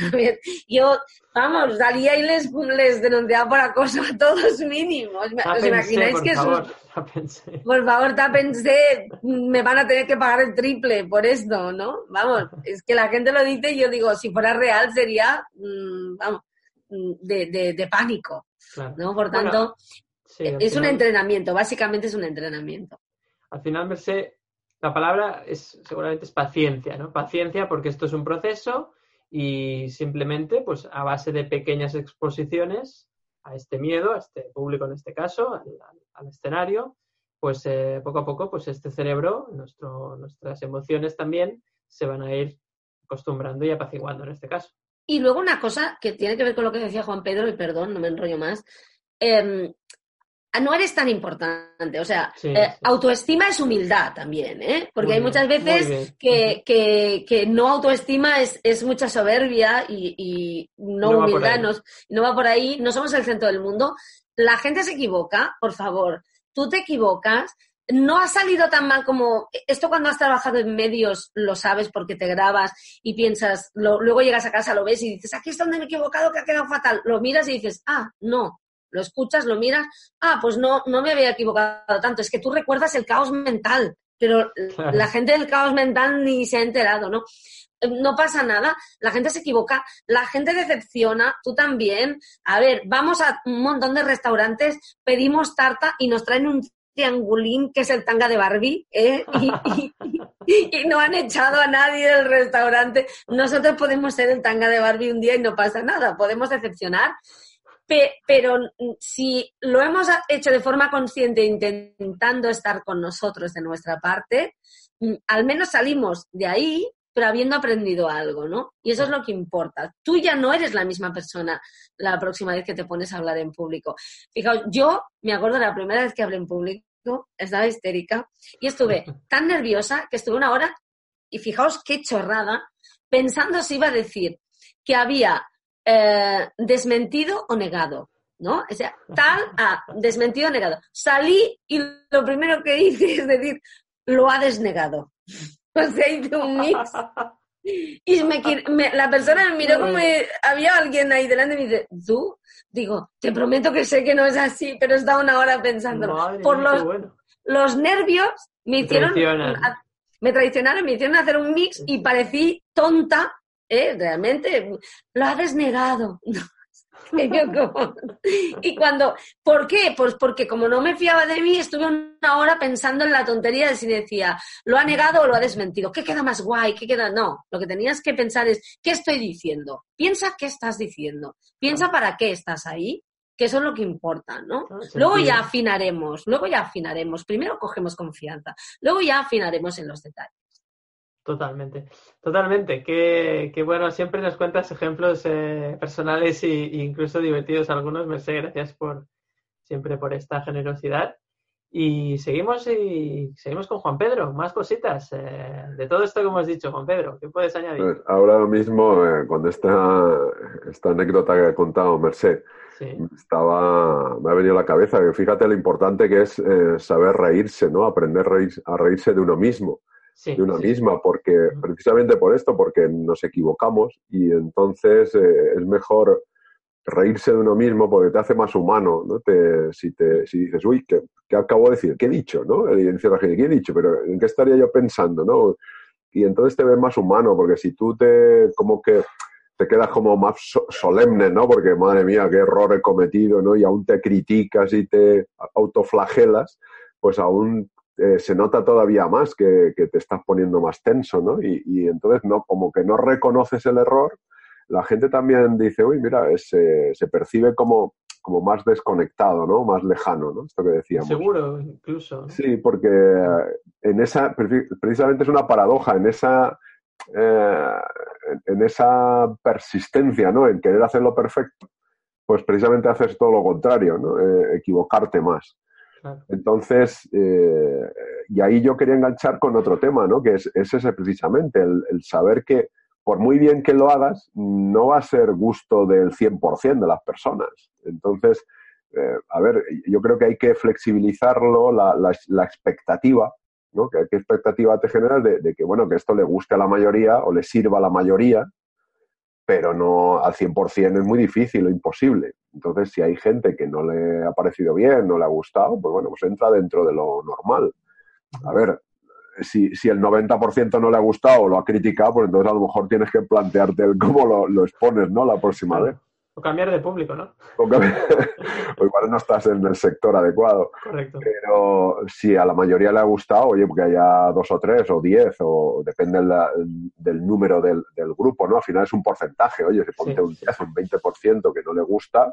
Yo, vamos, salía y les, les denunciaba por acoso a todos mínimos. Ya ¿Os pensé, imagináis por que favor, sus... ya pensé. Por favor, tápense, me van a tener que pagar el triple por esto, ¿no? Vamos, es que la gente lo dice y yo digo, si fuera real sería, mmm, vamos, de, de, de pánico, claro. ¿no? Por tanto... Bueno, sí, es final, un entrenamiento, básicamente es un entrenamiento. Al final, Mercé, la palabra es seguramente es paciencia, ¿no? Paciencia porque esto es un proceso y simplemente, pues a base de pequeñas exposiciones a este miedo, a este público en este caso, al, al, al escenario, pues eh, poco a poco, pues este cerebro, nuestro, nuestras emociones también se van a ir acostumbrando y apaciguando en este caso. Y luego una cosa que tiene que ver con lo que decía Juan Pedro, y perdón, no me enrollo más, eh, no eres tan importante, o sea, sí, eh, sí. autoestima es humildad también, ¿eh? Porque muy hay bien, muchas veces que, uh-huh. que, que no autoestima es, es mucha soberbia y, y no, no humildad, no, no va por ahí, no somos el centro del mundo. La gente se equivoca, por favor, tú te equivocas, no ha salido tan mal como... Esto cuando has trabajado en medios lo sabes porque te grabas y piensas, lo, luego llegas a casa, lo ves y dices, aquí es donde me he equivocado, que ha quedado fatal. Lo miras y dices, ah, no. Lo escuchas, lo miras, ah, pues no, no me había equivocado tanto. Es que tú recuerdas el caos mental, pero claro. La gente del caos mental ni se ha enterado, ¿no? No pasa nada, la gente se equivoca, la gente decepciona, tú también. A ver, vamos a un montón de restaurantes, pedimos tarta y nos traen un triangulín que es el tanga de Barbie, ¿eh? Y, y, y, y no han echado a nadie del restaurante. Nosotros podemos ser el tanga de Barbie un día y no pasa nada, podemos decepcionar. Pero si lo hemos hecho de forma consciente intentando estar con nosotros de nuestra parte, al menos salimos de ahí, pero habiendo aprendido algo, ¿no? Y eso es lo que importa. Tú ya no eres la misma persona la próxima vez que te pones a hablar en público. Fijaos, yo me acuerdo de la primera vez que hablé en público, estaba histérica y estuve tan nerviosa que estuve una hora y fijaos qué chorrada, pensando si iba a decir que había eh, desmentido o negado, ¿no? O sea, tal a desmentido o negado. Salí y lo primero que hice es decir, lo ha desnegado. O sea, hice un mix. Y me, me, la persona me miró como me, había alguien ahí delante y me dice, ¿tú? Digo, te prometo que sé que no es así, pero he estado una hora pensándolo. Madre Por mía, los, bueno. los nervios me hicieron... Traicionan. A, me traicionaron, me hicieron hacer un mix y parecí tonta, ¿eh? Realmente, lo ha desnegado. Y cuando, ¿por qué? Pues porque como no me fiaba de mí, estuve una hora pensando en la tontería de si decía, ¿lo ha negado o lo ha desmentido? ¿Qué queda más guay? ¿Qué queda? No, lo que tenías que pensar es, ¿qué estoy diciendo? Piensa qué estás diciendo. Piensa para qué estás ahí, que eso es lo que importa, ¿no? Luego ya afinaremos, luego ya afinaremos. Primero cogemos confianza, luego ya afinaremos en los detalles. Totalmente, totalmente. Qué, qué bueno, siempre nos cuentas ejemplos eh, personales e incluso divertidos algunos. Mercé, gracias por siempre por esta generosidad. Y seguimos y seguimos con Juan Pedro, más cositas. Eh, de todo esto que hemos dicho, Juan Pedro, ¿qué puedes añadir? Pues ahora mismo, eh, con esta, esta anécdota que ha contado Mercé, sí. estaba, me ha venido a la cabeza que fíjate lo importante que es eh, saber reírse, ¿no? Aprender a reírse, a reírse de uno mismo. Sí, de una sí. misma, porque precisamente por esto, porque nos equivocamos y entonces eh, es mejor reírse de uno mismo porque te hace más humano, ¿no? Te, si, te, si dices, uy, ¿qué, ¿qué acabo de decir? ¿Qué he dicho? ¿No? Y dice la gente, ¿qué he dicho? Pero ¿en qué estaría yo pensando? ¿No? Y entonces te ves más humano, porque si tú te, como que te quedas como más so, solemne, ¿no? Porque, madre mía, qué error he cometido, ¿no? Y aún te criticas y te autoflagelas, pues aún Eh, se nota todavía más que, que te estás poniendo más tenso, ¿no? Y, y entonces, no, como que no reconoces el error, la gente también dice, uy, mira, es, eh, se percibe como, como más desconectado, ¿no? Más lejano, ¿no? Esto que decíamos. Seguro, incluso. Sí, porque en esa, precisamente es una paradoja, en esa, eh, en esa persistencia, ¿no? En querer hacerlo perfecto, pues precisamente haces todo lo contrario, ¿no? Eh, equivocarte más. Entonces, eh, y ahí yo quería enganchar con otro tema, ¿no? Que es, es ese precisamente, el, el saber que por muy bien que lo hagas, no va a ser gusto del cien por ciento de las personas. Entonces, eh, a ver, yo creo que hay que flexibilizarlo, la, la, la expectativa, ¿no? ¿Qué, qué expectativa te generas de, de que, bueno, que esto le guste a la mayoría o le sirva a la mayoría, pero no al cien por ciento es muy difícil o imposible. Entonces, si hay gente que no le ha parecido bien, no le ha gustado, pues bueno, pues entra dentro de lo normal. A ver, si, si el noventa por ciento no le ha gustado o lo ha criticado, pues entonces a lo mejor tienes que plantearte el cómo lo, lo expones, ¿no? La próxima claro. vez. O cambiar de público, ¿no? O, cambiar... o igual no estás en el sector adecuado. Correcto. Pero si a la mayoría le ha gustado, oye, porque haya dos o tres o diez, o depende del, del número del, del grupo, ¿no? Al final es un porcentaje. Oye, si ponte sí. un diez o un veinte por ciento que no le gusta,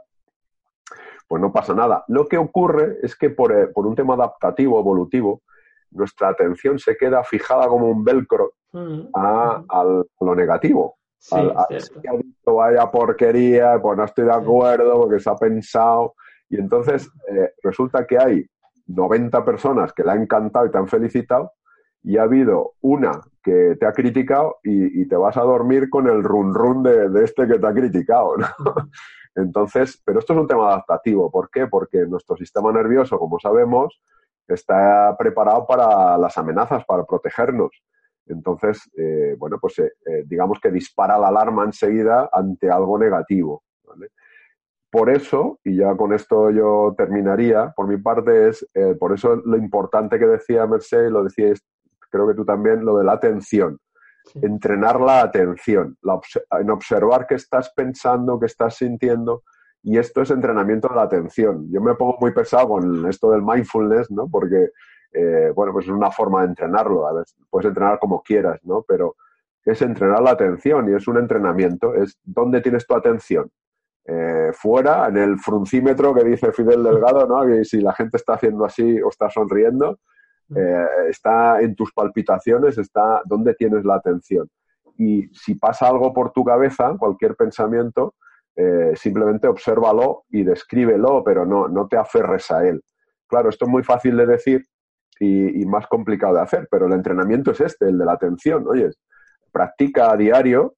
pues no pasa nada. Lo que ocurre es que por, por un tema adaptativo, evolutivo, nuestra atención se queda fijada como un velcro uh-huh. a, a lo negativo. Sí, al, al que ha dicho vaya porquería, pues no estoy de acuerdo sí. porque se ha pensado. Y entonces eh, resulta que hay noventa personas que le han encantado y te han felicitado y ha habido una que te ha criticado y, y te vas a dormir con el run run de, de este que te ha criticado, ¿no? Entonces, pero esto es un tema adaptativo. ¿Por qué? Porque nuestro sistema nervioso, como sabemos, está preparado para las amenazas, para protegernos. Entonces, eh, bueno, pues eh, eh, digamos que dispara la alarma enseguida ante algo negativo, ¿vale? Por eso, y ya con esto yo terminaría, por mi parte, es eh, por eso lo importante que decía Mercé, lo decíais, creo que tú también, lo de la atención. Sí. Entrenar la atención, la obs- en observar qué estás pensando, qué estás sintiendo, y esto es entrenamiento de la atención. Yo me pongo muy pesado con esto del mindfulness, ¿no? Porque Eh, bueno, pues es una forma de entrenarlo. A ver, puedes entrenar como quieras, ¿no? Pero es entrenar la atención y es un entrenamiento. Es ¿dónde tienes tu atención? Eh, fuera, en el fruncímetro que dice Fidel Delgado, ¿no? Que si la gente está haciendo así o está sonriendo, eh, está en tus palpitaciones, está ¿dónde tienes la atención? Y si pasa algo por tu cabeza, cualquier pensamiento, eh, simplemente obsérvalo y descríbelo, pero no, no te aferres a él. Claro, esto es muy fácil de decir y, y más complicado de hacer, pero el entrenamiento es este, el de la atención. Oye, practica a diario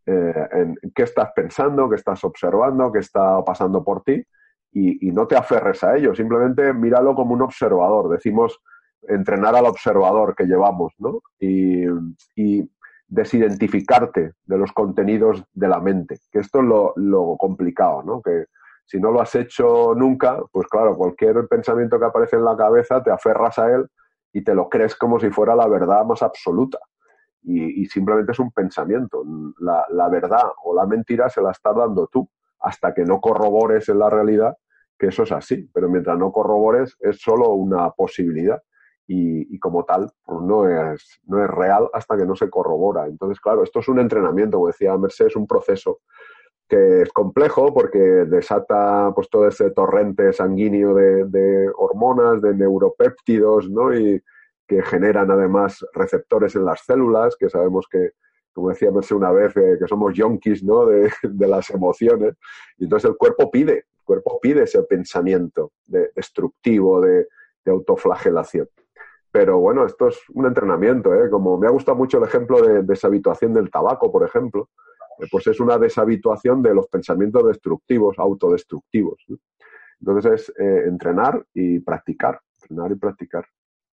eh, en qué estás pensando, qué estás observando, qué está pasando por ti y, y no te aferres a ello, simplemente míralo como un observador. Decimos entrenar al observador que llevamos, ¿no? Y, y desidentificarte de los contenidos de la mente, que esto es lo, lo complicado, ¿no? Que si no lo has hecho nunca, pues claro, cualquier pensamiento que aparece en la cabeza te aferras a él y te lo crees como si fuera la verdad más absoluta. Y, y simplemente es un pensamiento. La, la verdad o la mentira se la estás dando tú, hasta que no corrobores en la realidad que eso es así. Pero mientras no corrobores, es solo una posibilidad. Y, y como tal, pues no es, no es real hasta que no se corrobora. Entonces, claro, esto es un entrenamiento, como decía Mercé, es un proceso que es complejo porque desata pues todo ese torrente sanguíneo de, de hormonas, de neuropéptidos, ¿no? Y que generan además receptores en las células, que sabemos que, como decía Mercé una vez, eh, que somos yonkis, ¿no? de, de las emociones. Y entonces el cuerpo pide, el cuerpo pide ese pensamiento de, destructivo, de, de autoflagelación. Pero bueno, esto es un entrenamiento, ¿eh? Como me ha gustado mucho el ejemplo de deshabituación del tabaco, por ejemplo, eh, pues es una deshabituación de los pensamientos destructivos, autodestructivos, ¿no? Entonces es eh, entrenar y practicar, entrenar y practicar.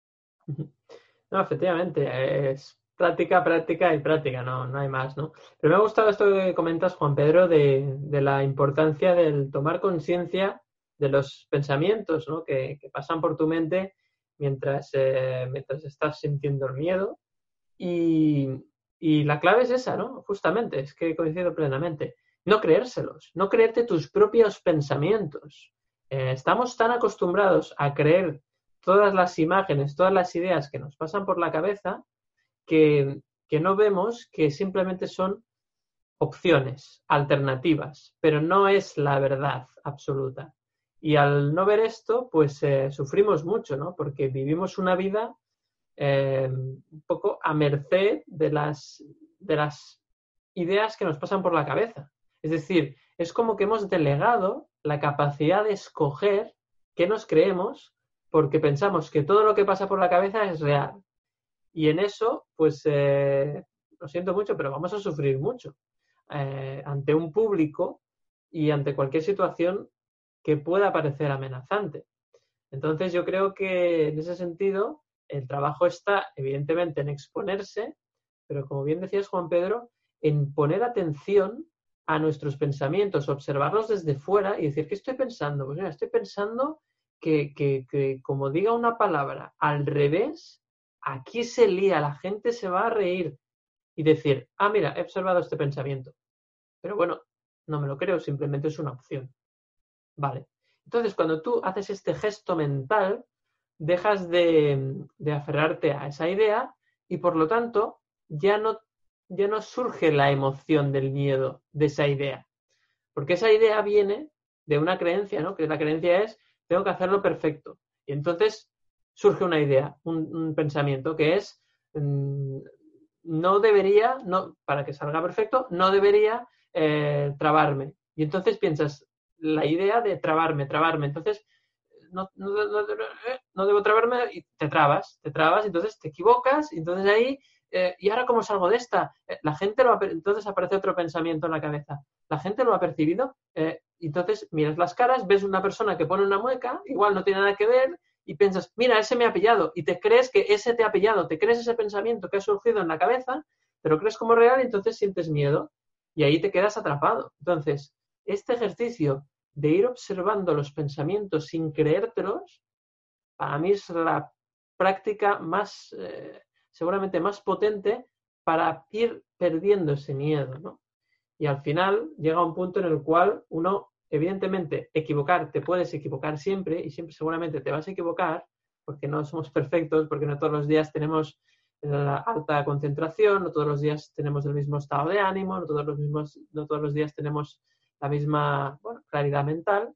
No, efectivamente, es práctica, práctica y práctica, no, no hay más, ¿no? Pero me ha gustado esto que comentas, Juan Pedro, de, de la importancia del tomar conciencia de los pensamientos, ¿no? que, que pasan por tu mente mientras, eh, mientras estás sintiendo el miedo. Y, y la clave es esa, ¿no? Justamente, es que coincido plenamente. No creérselos, no creerte tus propios pensamientos. Eh, estamos tan acostumbrados a creer todas las imágenes, todas las ideas que nos pasan por la cabeza, que, que no vemos que simplemente son opciones, alternativas, pero no es la verdad absoluta. Y al no ver esto, pues eh, sufrimos mucho, ¿no? Porque vivimos una vida eh, un poco a merced de las, de las ideas que nos pasan por la cabeza. Es decir, es como que hemos delegado la capacidad de escoger qué nos creemos porque pensamos que todo lo que pasa por la cabeza es real. Y en eso, pues, eh, lo siento mucho, pero vamos a sufrir mucho eh, ante un público y ante cualquier situación que pueda parecer amenazante. Entonces, yo creo que en ese sentido, el trabajo está, evidentemente, en exponerse, pero como bien decías, Juan Pedro, en poner atención a nuestros pensamientos, observarlos desde fuera y decir, ¿qué estoy pensando? Pues mira, estoy pensando que, que, que como diga una palabra al revés, aquí se lía, la gente se va a reír. Y decir, ah, mira, he observado este pensamiento. Pero bueno, no me lo creo, simplemente es una opción. Vale. Entonces, cuando tú haces este gesto mental, dejas de, de aferrarte a esa idea y, por lo tanto, ya no, ya no surge la emoción del miedo de esa idea. Porque esa idea viene de una creencia, ¿no? Que la creencia es, tengo que hacerlo perfecto. Y entonces surge una idea, un, un pensamiento que es, mmm, no debería, no, para que salga perfecto, no debería eh, trabarme. Y entonces piensas, la idea de trabarme, trabarme, entonces no, no, no, no debo trabarme y te trabas, te trabas, entonces te equivocas, y entonces ahí, eh, ¿y ahora cómo salgo de esta? Eh, la gente lo ha, entonces aparece otro pensamiento en la cabeza. La gente lo ha percibido, eh, entonces miras las caras, ves una persona que pone una mueca, igual no tiene nada que ver, y piensas, mira, ese me ha pillado, y te crees que ese te ha pillado, te crees ese pensamiento que ha surgido en la cabeza, te lo crees como real y entonces sientes miedo, y ahí te quedas atrapado. Entonces, este ejercicio de ir observando los pensamientos sin creértelos, para mí es la práctica más, eh, seguramente más potente para ir perdiendo ese miedo, ¿no? Y al final llega un punto en el cual uno, evidentemente, equivocar, te puedes equivocar siempre y siempre seguramente te vas a equivocar porque no somos perfectos, porque no todos los días tenemos la alta concentración, no todos los días tenemos el mismo estado de ánimo, no todos los, mismos, no todos los días tenemos la misma, bueno, claridad mental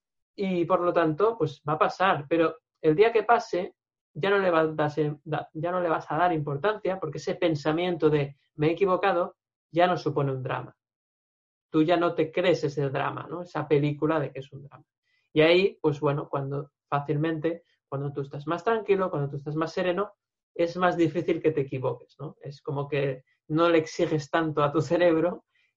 y por lo tanto, pues va a pasar. Pero el día que pase, ya no le vas a, ya no le vas a dar importancia porque ese pensamiento de me he equivocado ya no supone un drama. Tú ya no te crees ese drama, ¿no? Esa película de que es un drama. Y ahí, pues bueno, cuando fácilmente, cuando tú estás más tranquilo, cuando tú estás más sereno, es más difícil que te equivoques, ¿no? Es como que no le exiges tanto a tu cerebro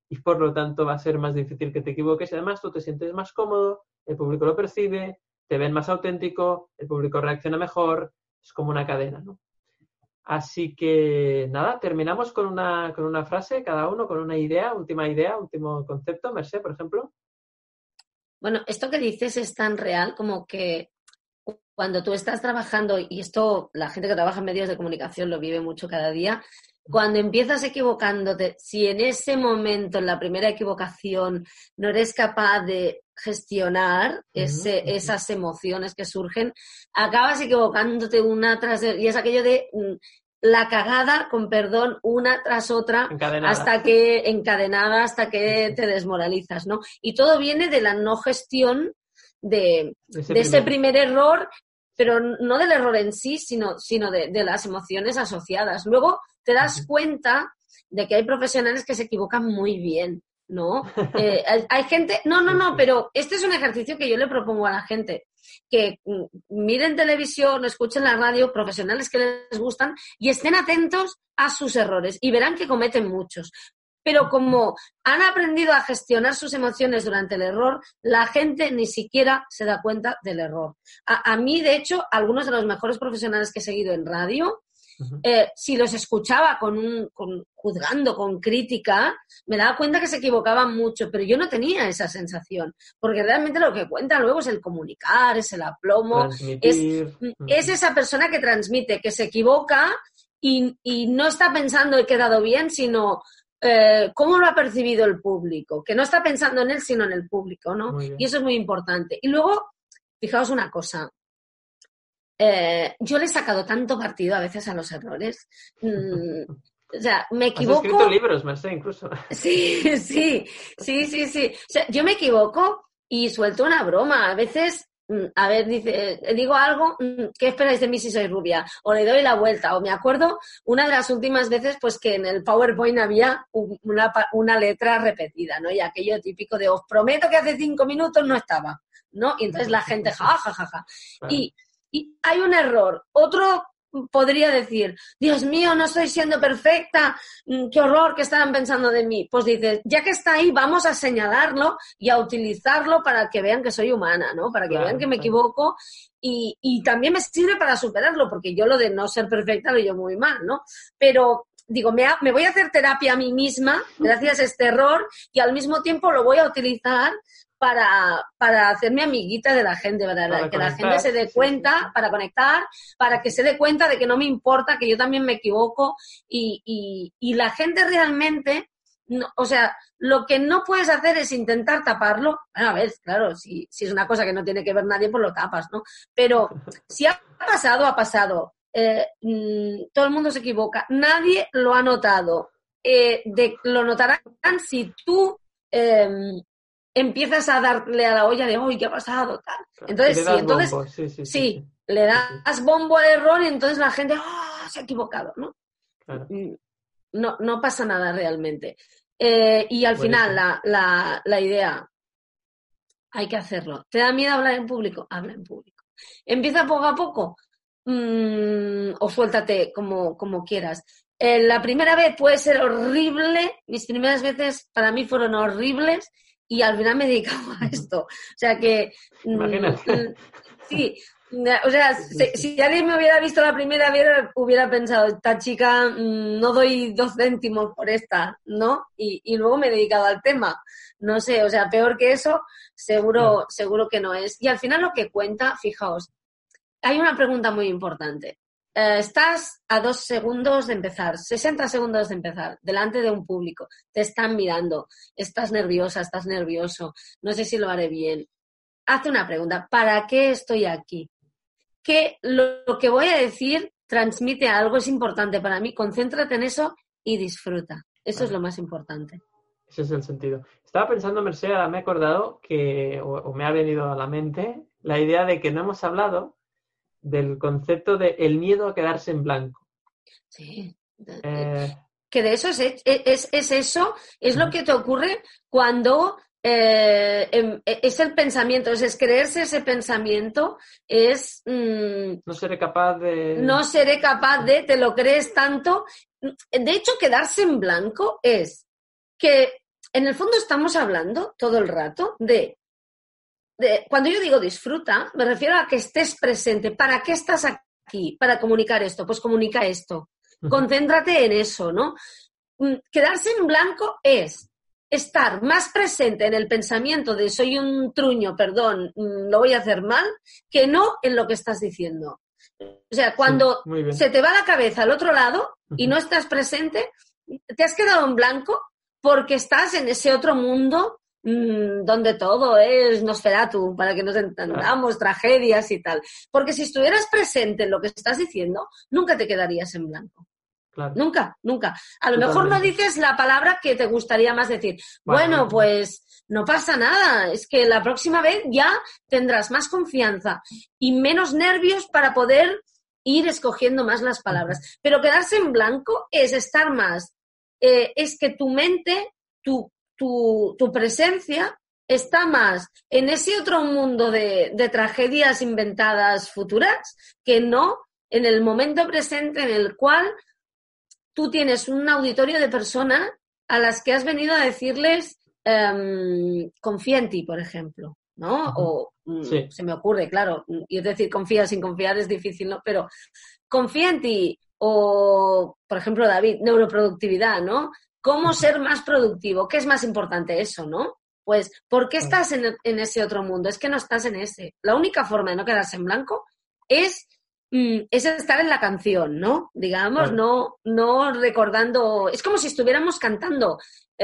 y por lo tanto va a ser más difícil que te equivoques y además tú te sientes más cómodo, el público lo percibe, te ven más auténtico, el público reacciona mejor, es como una cadena, ¿no? Así que nada, terminamos con una, con una frase cada uno, con una idea, última idea, último concepto. Mercé, por ejemplo. Bueno, esto que dices es tan real como que cuando tú estás trabajando, y esto la gente que trabaja en medios de comunicación lo vive mucho cada día, cuando empiezas equivocándote, si en ese momento, en la primera equivocación, no eres capaz de gestionar ese, uh-huh. esas emociones que surgen, acabas equivocándote una tras de, y es aquello de la cagada, con perdón, una tras otra, encadenada. hasta que encadenada, hasta que te desmoralizas, ¿no? Y todo viene de la no gestión de, ese, de ese primer error, pero no del error en sí, sino, sino de, de las emociones asociadas. Luego te das uh-huh. cuenta de que hay profesionales que se equivocan muy bien, ¿no? Eh, hay, hay gente... No, no, no, pero este es un ejercicio que yo le propongo a la gente, que mm, miren televisión, escuchen la radio, profesionales que les gustan y estén atentos a sus errores y verán que cometen muchos. Pero como han aprendido a gestionar sus emociones durante el error, la gente ni siquiera se da cuenta del error. A, a mí, de hecho, algunos de los mejores profesionales que he seguido en radio, uh-huh. eh, si los escuchaba con un, con, juzgando, con crítica, me daba cuenta que se equivocaban mucho, pero yo no tenía esa sensación, porque realmente lo que cuenta luego es el comunicar, es el aplomo, es, uh-huh. es esa persona que transmite, que se equivoca y, y no está pensando he quedado bien, sino... Eh, cómo lo ha percibido el público, que no está pensando en él sino en el público, ¿no? Y eso es muy importante. Y luego, fijaos una cosa, eh, yo le he sacado tanto partido a veces a los errores, mm, o sea, me equivoco... Has escrito libros, Mercé, incluso. Sí, sí, sí, sí, sí. O sea, yo me equivoco y suelto una broma, a veces... A ver, dice, digo algo, ¿qué esperáis de mí si soy rubia? O le doy la vuelta, o me acuerdo una de las últimas veces pues que en el PowerPoint había una, una letra repetida, ¿no? Y aquello típico de os prometo que hace cinco minutos no estaba, ¿no? Y entonces la gente, ja, ja, ja, ja. Y, y hay un error. Otro podría decir, Dios mío, no estoy siendo perfecta, qué horror, ¿qué estarán pensando de mí? Pues dices, ya que está ahí, vamos a señalarlo y a utilizarlo para que vean que soy humana, ¿no? Para que claro, vean que me claro. equivoco y, y también me sirve para superarlo, porque yo lo de no ser perfecta lo llevo muy mal, ¿no? Pero digo, me, ha, me voy a hacer terapia a mí misma gracias a este error y al mismo tiempo lo voy a utilizar para, para hacerme amiguita de la gente, para, para que conectar, la gente se dé cuenta, sí, sí. para conectar, para que se dé cuenta de que no me importa, que yo también me equivoco y, y, y la gente realmente, no, o sea, lo que no puedes hacer es intentar taparlo. Bueno, a ver, claro, si, si es una cosa que no tiene que ver nadie, pues lo tapas, ¿no? Pero si ha pasado, ha pasado. Eh, mmm, todo el mundo se equivoca. Nadie lo ha notado. Eh, de, lo notarán si tú... Eh, empiezas a darle a la olla de, uy, ¿qué ha pasado? Tal. Entonces, sí, entonces, sí, sí, sí, sí, sí, le das sí, sí. bombo al error y entonces la gente, oh, se ha equivocado, ¿no? Claro. No, no pasa nada realmente. Eh, y al bueno, final, la, la, la idea, hay que hacerlo. ¿Te da miedo hablar en público? Habla en público. Empieza poco a poco mmm, o suéltate como, como quieras. Eh, la primera vez puede ser horrible. Mis primeras veces para mí fueron horribles. Y al final me dedicaba a esto. O sea que... Imagínate. Sí, o sea, si, si alguien me hubiera visto la primera vez, hubiera pensado, esta chica no doy dos céntimos por esta, ¿no? Y, y luego me he dedicado al tema. No sé, o sea, peor que eso, seguro, no. seguro que no es. Y al final lo que cuenta, fijaos, hay una pregunta muy importante. Uh, estás a dos segundos de empezar, sesenta segundos de empezar, delante de un público, te están mirando, estás nerviosa, estás nervioso, no sé si lo haré bien. Hazte una pregunta, ¿para qué estoy aquí? ¿Qué lo, lo que voy a decir transmite algo, es importante para mí? Concéntrate en eso y disfruta. Eso vale. Es lo más importante. Ese es el sentido. Estaba pensando, Mercé, ahora me he acordado que, o, o me ha venido a la mente, la idea de que no hemos hablado del concepto de el miedo a quedarse en blanco. Sí. Eh... Que de eso es, es, es eso, es lo que te ocurre cuando eh, es el pensamiento, es, es creerse ese pensamiento, es... Mmm, no seré capaz de... No seré capaz de, te lo crees tanto. De hecho, quedarse en blanco es que en el fondo estamos hablando todo el rato de, de, cuando yo digo disfruta, me refiero a que estés presente. ¿Para qué estás aquí? Para comunicar esto. Pues comunica esto. Concéntrate en eso, ¿no? Quedarse en blanco es estar más presente en el pensamiento de soy un truño, perdón, lo voy a hacer mal, que no en lo que estás diciendo. O sea, cuando sí, se te va la cabeza al otro lado y no estás presente, te has quedado en blanco porque estás en ese otro mundo mmm, donde todo es Nosferatu, para que nos entendamos, claro. Tragedias y tal. Porque si estuvieras presente en lo que estás diciendo, nunca te quedarías en blanco. Claro. Nunca, nunca. A lo Totalmente. Mejor no dices la palabra que te gustaría más decir. Bueno, bueno, pues no pasa nada. Es que la próxima vez ya tendrás más confianza y menos nervios para poder ir escogiendo más las palabras. Pero quedarse en blanco es estar más. Eh, es que tu mente, tu, tu, tu presencia está más en ese otro mundo de, de tragedias inventadas futuras que no en el momento presente en el cual tú tienes un auditorio de personas a las que has venido a decirles um, confía en ti, por ejemplo, ¿no? O sí. Se me ocurre, claro, y es decir, confía sin confiar es difícil, ¿no? Pero confía en ti o, por ejemplo, David, neuroproductividad, ¿no? ¿Cómo ser más productivo? ¿Qué es más importante eso, no? Pues, ¿por qué estás en, en ese otro mundo? Es que no estás en ese. La única forma de no quedarse en blanco es... es estar en la canción, ¿no? Digamos, claro. no, no recordando... Es como si estuviéramos cantando,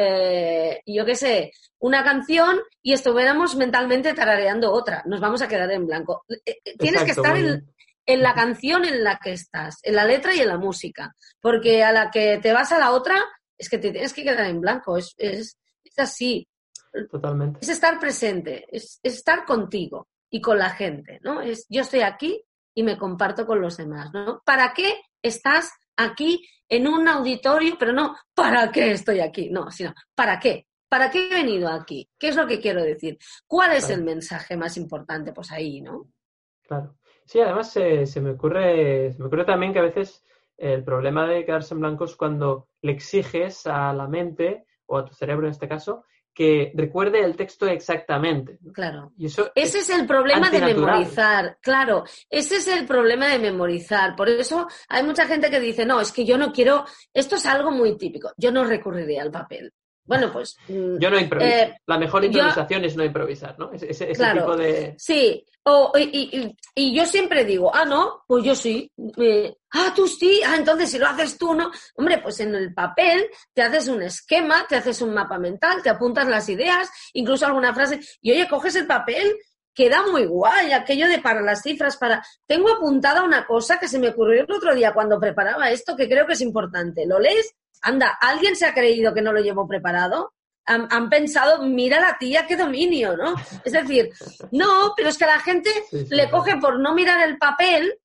eh, yo qué sé, una canción y estuviéramos mentalmente tarareando otra. Nos vamos a quedar en blanco. Exacto, Tienes que estar en, en la canción en la que estás, en la letra y en la música. Porque a la que te vas a la otra, es que te tienes que quedar en blanco. Es, es, es así. Totalmente. Es estar presente, es, es estar contigo y con la gente, ¿no? Es yo estoy aquí y me comparto con los demás, ¿no? ¿Para qué estás aquí en un auditorio? Pero no, ¿para qué estoy aquí? No, sino, ¿para qué? ¿Para qué he venido aquí? ¿Qué es lo que quiero decir? ¿Cuál es claro. el mensaje más importante? Pues ahí, ¿no? Claro. Sí, además eh, se me ocurre, se me ocurre también que a veces el problema de quedarse en blanco es cuando le exiges a la mente, o a tu cerebro en este caso, que recuerde el texto exactamente. Claro. Y eso ese es, es el problema antinatural. de memorizar. Claro, ese es el problema de memorizar. Por eso hay mucha gente que dice, no, es que yo no quiero... Esto es algo muy típico. Yo no recurriría al papel. Bueno, pues... Yo no improviso. Eh, la mejor improvisación yo, es no improvisar, ¿no? Ese, ese, ese claro, tipo de... Sí. O, y, y, y yo siempre digo, ah, no, pues yo sí. Eh, ah, tú sí. Ah, entonces si lo haces tú, ¿no? Hombre, pues en el papel te haces un esquema, te haces un mapa mental, te apuntas las ideas, incluso alguna frase. Y oye, coges el papel, queda muy guay. Aquello de para las cifras, para... Tengo apuntada una cosa que se me ocurrió el otro día cuando preparaba esto, que creo que es importante. ¿Lo lees? Anda, ¿alguien se ha creído que no lo llevo preparado? Han, han pensado, mira la tía, qué dominio, ¿no? Es decir, no, pero es que la gente sí, sí, le coge por no mirar el papel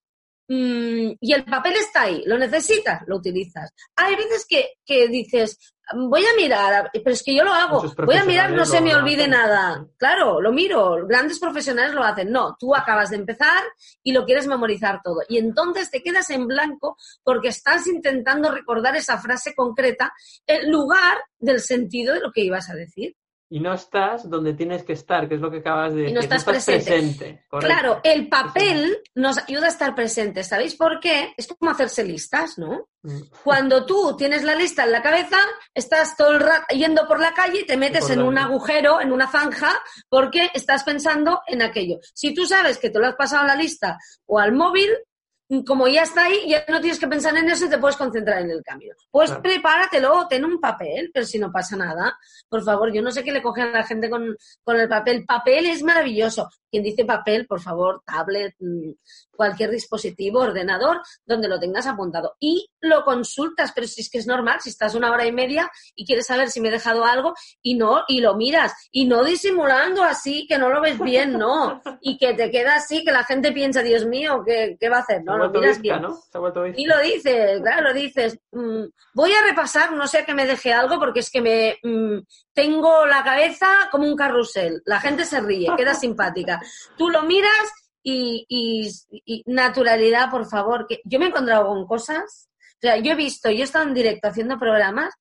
mmm, y el papel está ahí, lo necesitas, lo utilizas. Hay veces que, que dices, voy a mirar, pero es que yo lo hago, voy a mirar, no se me olvide nada. Claro, lo miro, grandes profesionales lo hacen. No, tú acabas de empezar y lo quieres memorizar todo. Y entonces te quedas en blanco porque estás intentando recordar esa frase concreta en lugar del sentido de lo que ibas a decir. Y no estás donde tienes que estar, que es lo que acabas de decir. Y no estás, no estás presente. presente. Claro, el papel nos ayuda a estar presentes. ¿Sabéis por qué? Es como hacerse listas, ¿no? Mm. Cuando tú tienes la lista en la cabeza, estás todo el rato yendo por la calle y te metes en un agujero, en una zanja, porque estás pensando en aquello. Si tú sabes que te lo has pasado a la lista o al móvil, como ya está ahí, ya no tienes que pensar en eso y te puedes concentrar en el camino. Pues claro. Prepáratelo, ten un papel, pero si no pasa nada, por favor, yo no sé qué le cogen a la gente con, con el papel. Papel es maravilloso. Quien dice papel, por favor, tablet, cualquier dispositivo, ordenador, donde lo tengas apuntado. Y lo consultas, pero si es que es normal, si estás una hora y media y quieres saber si me he dejado algo, y no, y lo miras, y no disimulando así, que no lo ves bien, no, y que te queda así, que la gente piensa, Dios mío, ¿qué, qué va a hacer? No, lo miras bien. ¿No? Y lo dices, claro, lo dices, mmm, voy a repasar, no sé que me deje algo, porque es que me mmm, tengo la cabeza como un carrusel, la gente se ríe, queda simpática. Tú lo miras y, y, y naturalidad, por favor, que yo me he encontrado con cosas, o sea, yo he visto, yo he estado en directo haciendo programas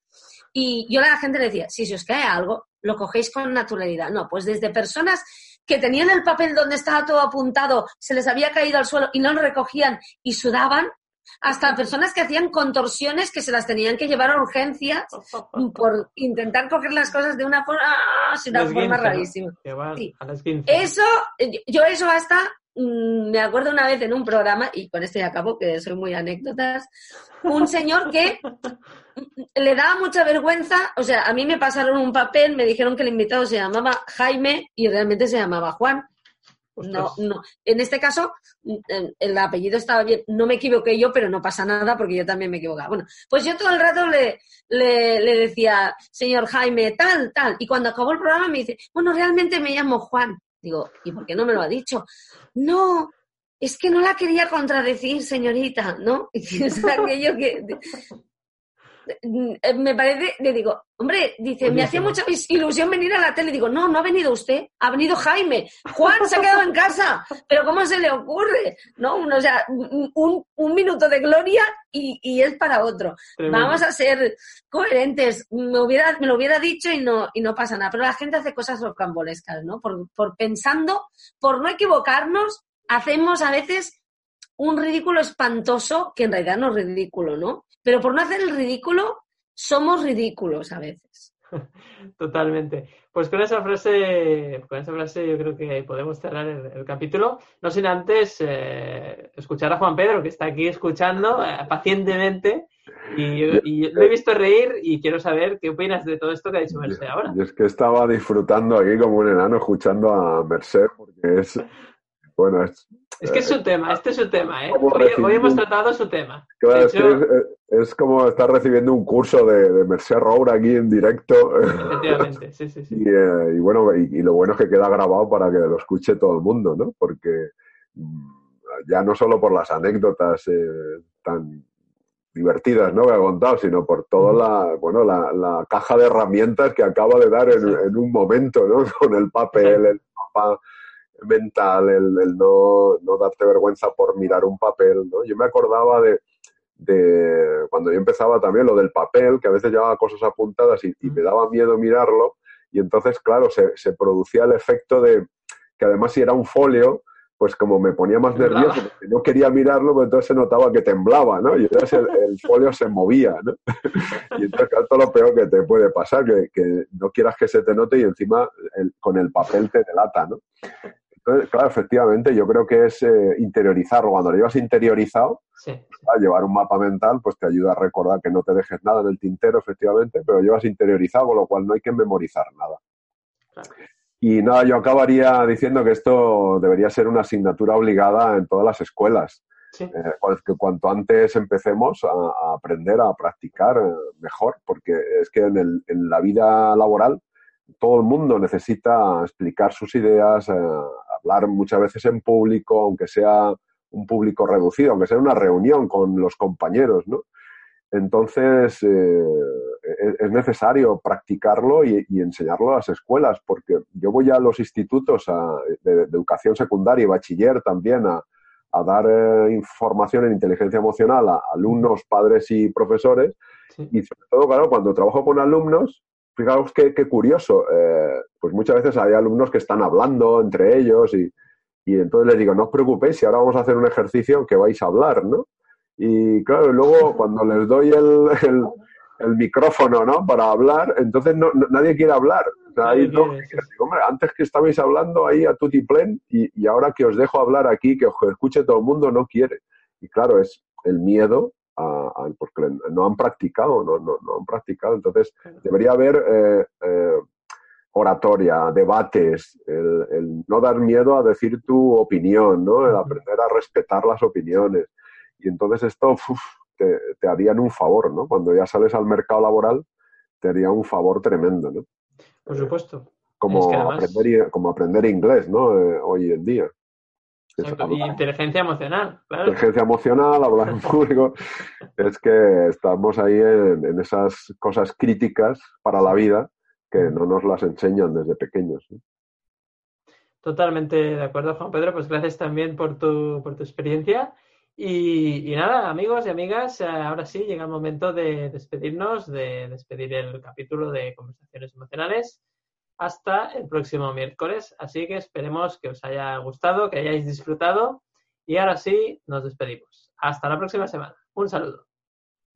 Y yo a la gente le decía, si se os cae algo, lo cogéis con naturalidad. No, pues desde personas que tenían el papel donde estaba todo apuntado, se les había caído al suelo y no lo recogían y sudaban, hasta personas que hacían contorsiones que se las tenían que llevar a urgencias por intentar coger las cosas de una forma, de una forma rarísima. Sí. Eso, yo eso hasta, mmm, me acuerdo una vez en un programa, y con esto ya acabo, que soy muy anécdotas, un señor que le daba mucha vergüenza, o sea, a mí me pasaron un papel, me dijeron que el invitado se llamaba Jaime y realmente se llamaba Juan. No, no. En este caso, el apellido estaba bien. No me equivoqué yo, pero no pasa nada porque yo también me equivocaba. Bueno, pues yo todo el rato le, le, le decía, señor Jaime, tal, tal. Y cuando acabó el programa me dice, bueno, realmente me llamo Juan. Digo, ¿y por qué no me lo ha dicho? No, es que no la quería contradecir, señorita, ¿no? Y es aquello que... me parece, le digo, hombre, dice, buenísimo. Me hacía mucha ilusión venir a la tele. Digo, no, no ha venido usted, ha venido Jaime. Juan se ha quedado en casa. Pero ¿cómo se le ocurre? ¿No? O sea, un, un minuto de gloria y, y es para otro. Tremendo. Vamos a ser coherentes. Me, hubiera, me lo hubiera dicho y no, y no pasa nada. Pero la gente hace cosas rocambolescas, ¿no? Por, por pensando, por no equivocarnos, hacemos a veces un ridículo espantoso, que en realidad no es ridículo, ¿no? Pero por no hacer el ridículo, somos ridículos a veces. Totalmente. Pues con esa frase, con esa frase yo creo que podemos cerrar el, el capítulo. No sin antes eh, escuchar a Juan Pedro, que está aquí escuchando eh, pacientemente. Y, y lo he visto reír y quiero saber qué opinas de todo esto que ha dicho Mercé ahora. Y es que estaba disfrutando aquí como un enano escuchando a Mercé, porque es... Bueno, es, es que es su tema, este es su tema, ¿eh? Hoy, hoy hemos tratado su tema. Claro, es, hecho... es, es como estar recibiendo un curso de, de Mercé Roura aquí en directo. Efectivamente, sí, sí, sí. Y, eh, y bueno, y, y lo bueno es que queda grabado para que lo escuche todo el mundo, ¿no? Porque ya no solo por las anécdotas eh, tan divertidas, ¿no?, que ha contado, sino por toda la, bueno, la, la caja de herramientas que acaba de dar en, sí. en un momento, ¿no? Con el papel, el mapa mental, el, el no, no darte vergüenza por mirar un papel, ¿no? Yo me acordaba de, de cuando yo empezaba también lo del papel, que a veces llevaba cosas apuntadas y, y me daba miedo mirarlo, y entonces, claro, se, se producía el efecto de que además si era un folio, pues como me ponía más nervioso, porque no quería mirarlo, pues entonces se notaba que temblaba, ¿no? Y entonces el, el folio se movía, ¿no? Y entonces, claro, todo lo peor que te puede pasar, que, que no quieras que se te note y encima el, con el papel te delata, ¿no? Entonces, claro, efectivamente, yo creo que es eh, interiorizarlo. Cuando lo llevas interiorizado, sí. Claro, llevar un mapa mental, pues te ayuda a recordar que no te dejes nada en el tintero, efectivamente, pero lo llevas interiorizado, con lo cual no hay que memorizar nada. Claro. Y nada, yo acabaría diciendo que esto debería ser una asignatura obligada en todas las escuelas. Sí. Eh, que cuanto antes empecemos a, a aprender, a practicar, eh, mejor, porque es que en, el, en la vida laboral todo el mundo necesita explicar sus ideas, eh, hablar muchas veces en público, aunque sea un público reducido, aunque sea una reunión con los compañeros, ¿no? Entonces, eh, es necesario practicarlo y, y enseñarlo a las escuelas, porque yo voy a los institutos a, de, de educación secundaria y bachiller también a, a dar eh, información en inteligencia emocional a alumnos, padres y profesores. Sí. Y sobre todo, claro, cuando trabajo con alumnos, fijaos qué, qué curioso, eh, pues muchas veces hay alumnos que están hablando entre ellos y, y entonces les digo, no os preocupéis si ahora vamos a hacer un ejercicio que vais a hablar, ¿no? Y claro, luego cuando les doy el, el, el micrófono, ¿no?, para hablar, entonces no, no, nadie quiere hablar. O sea, hay dos que digo, hombre, antes que estabais hablando ahí a tutiplén y, y ahora que os dejo hablar aquí, que os escuche todo el mundo, no quiere. Y claro, es el miedo a, a, porque no han practicado, no, no, no han practicado. Entonces, debería haber eh, eh, oratoria, debates, el, el no dar miedo a decir tu opinión, ¿no?, el aprender a respetar las opiniones. Y entonces esto uf, te, te harían un favor, ¿no? Cuando ya sales al mercado laboral, te haría un favor tremendo, ¿no? Por supuesto. Como, es que además... aprender, como aprender inglés, ¿no? Eh, hoy en día. Exacto. Y inteligencia emocional, claro. Inteligencia emocional, hablar en público. Es que estamos ahí en, en esas cosas críticas para la vida que no nos las enseñan desde pequeños, ¿no? Totalmente de acuerdo, Juan Pedro. Pues gracias también por tu, por tu experiencia. Y, y nada, amigos y amigas, ahora sí llega el momento de despedirnos, de despedir el capítulo de Conversaciones Emocionales. Hasta el próximo miércoles. Así que esperemos que os haya gustado, que hayáis disfrutado. Y ahora sí, nos despedimos. Hasta la próxima semana. Un saludo.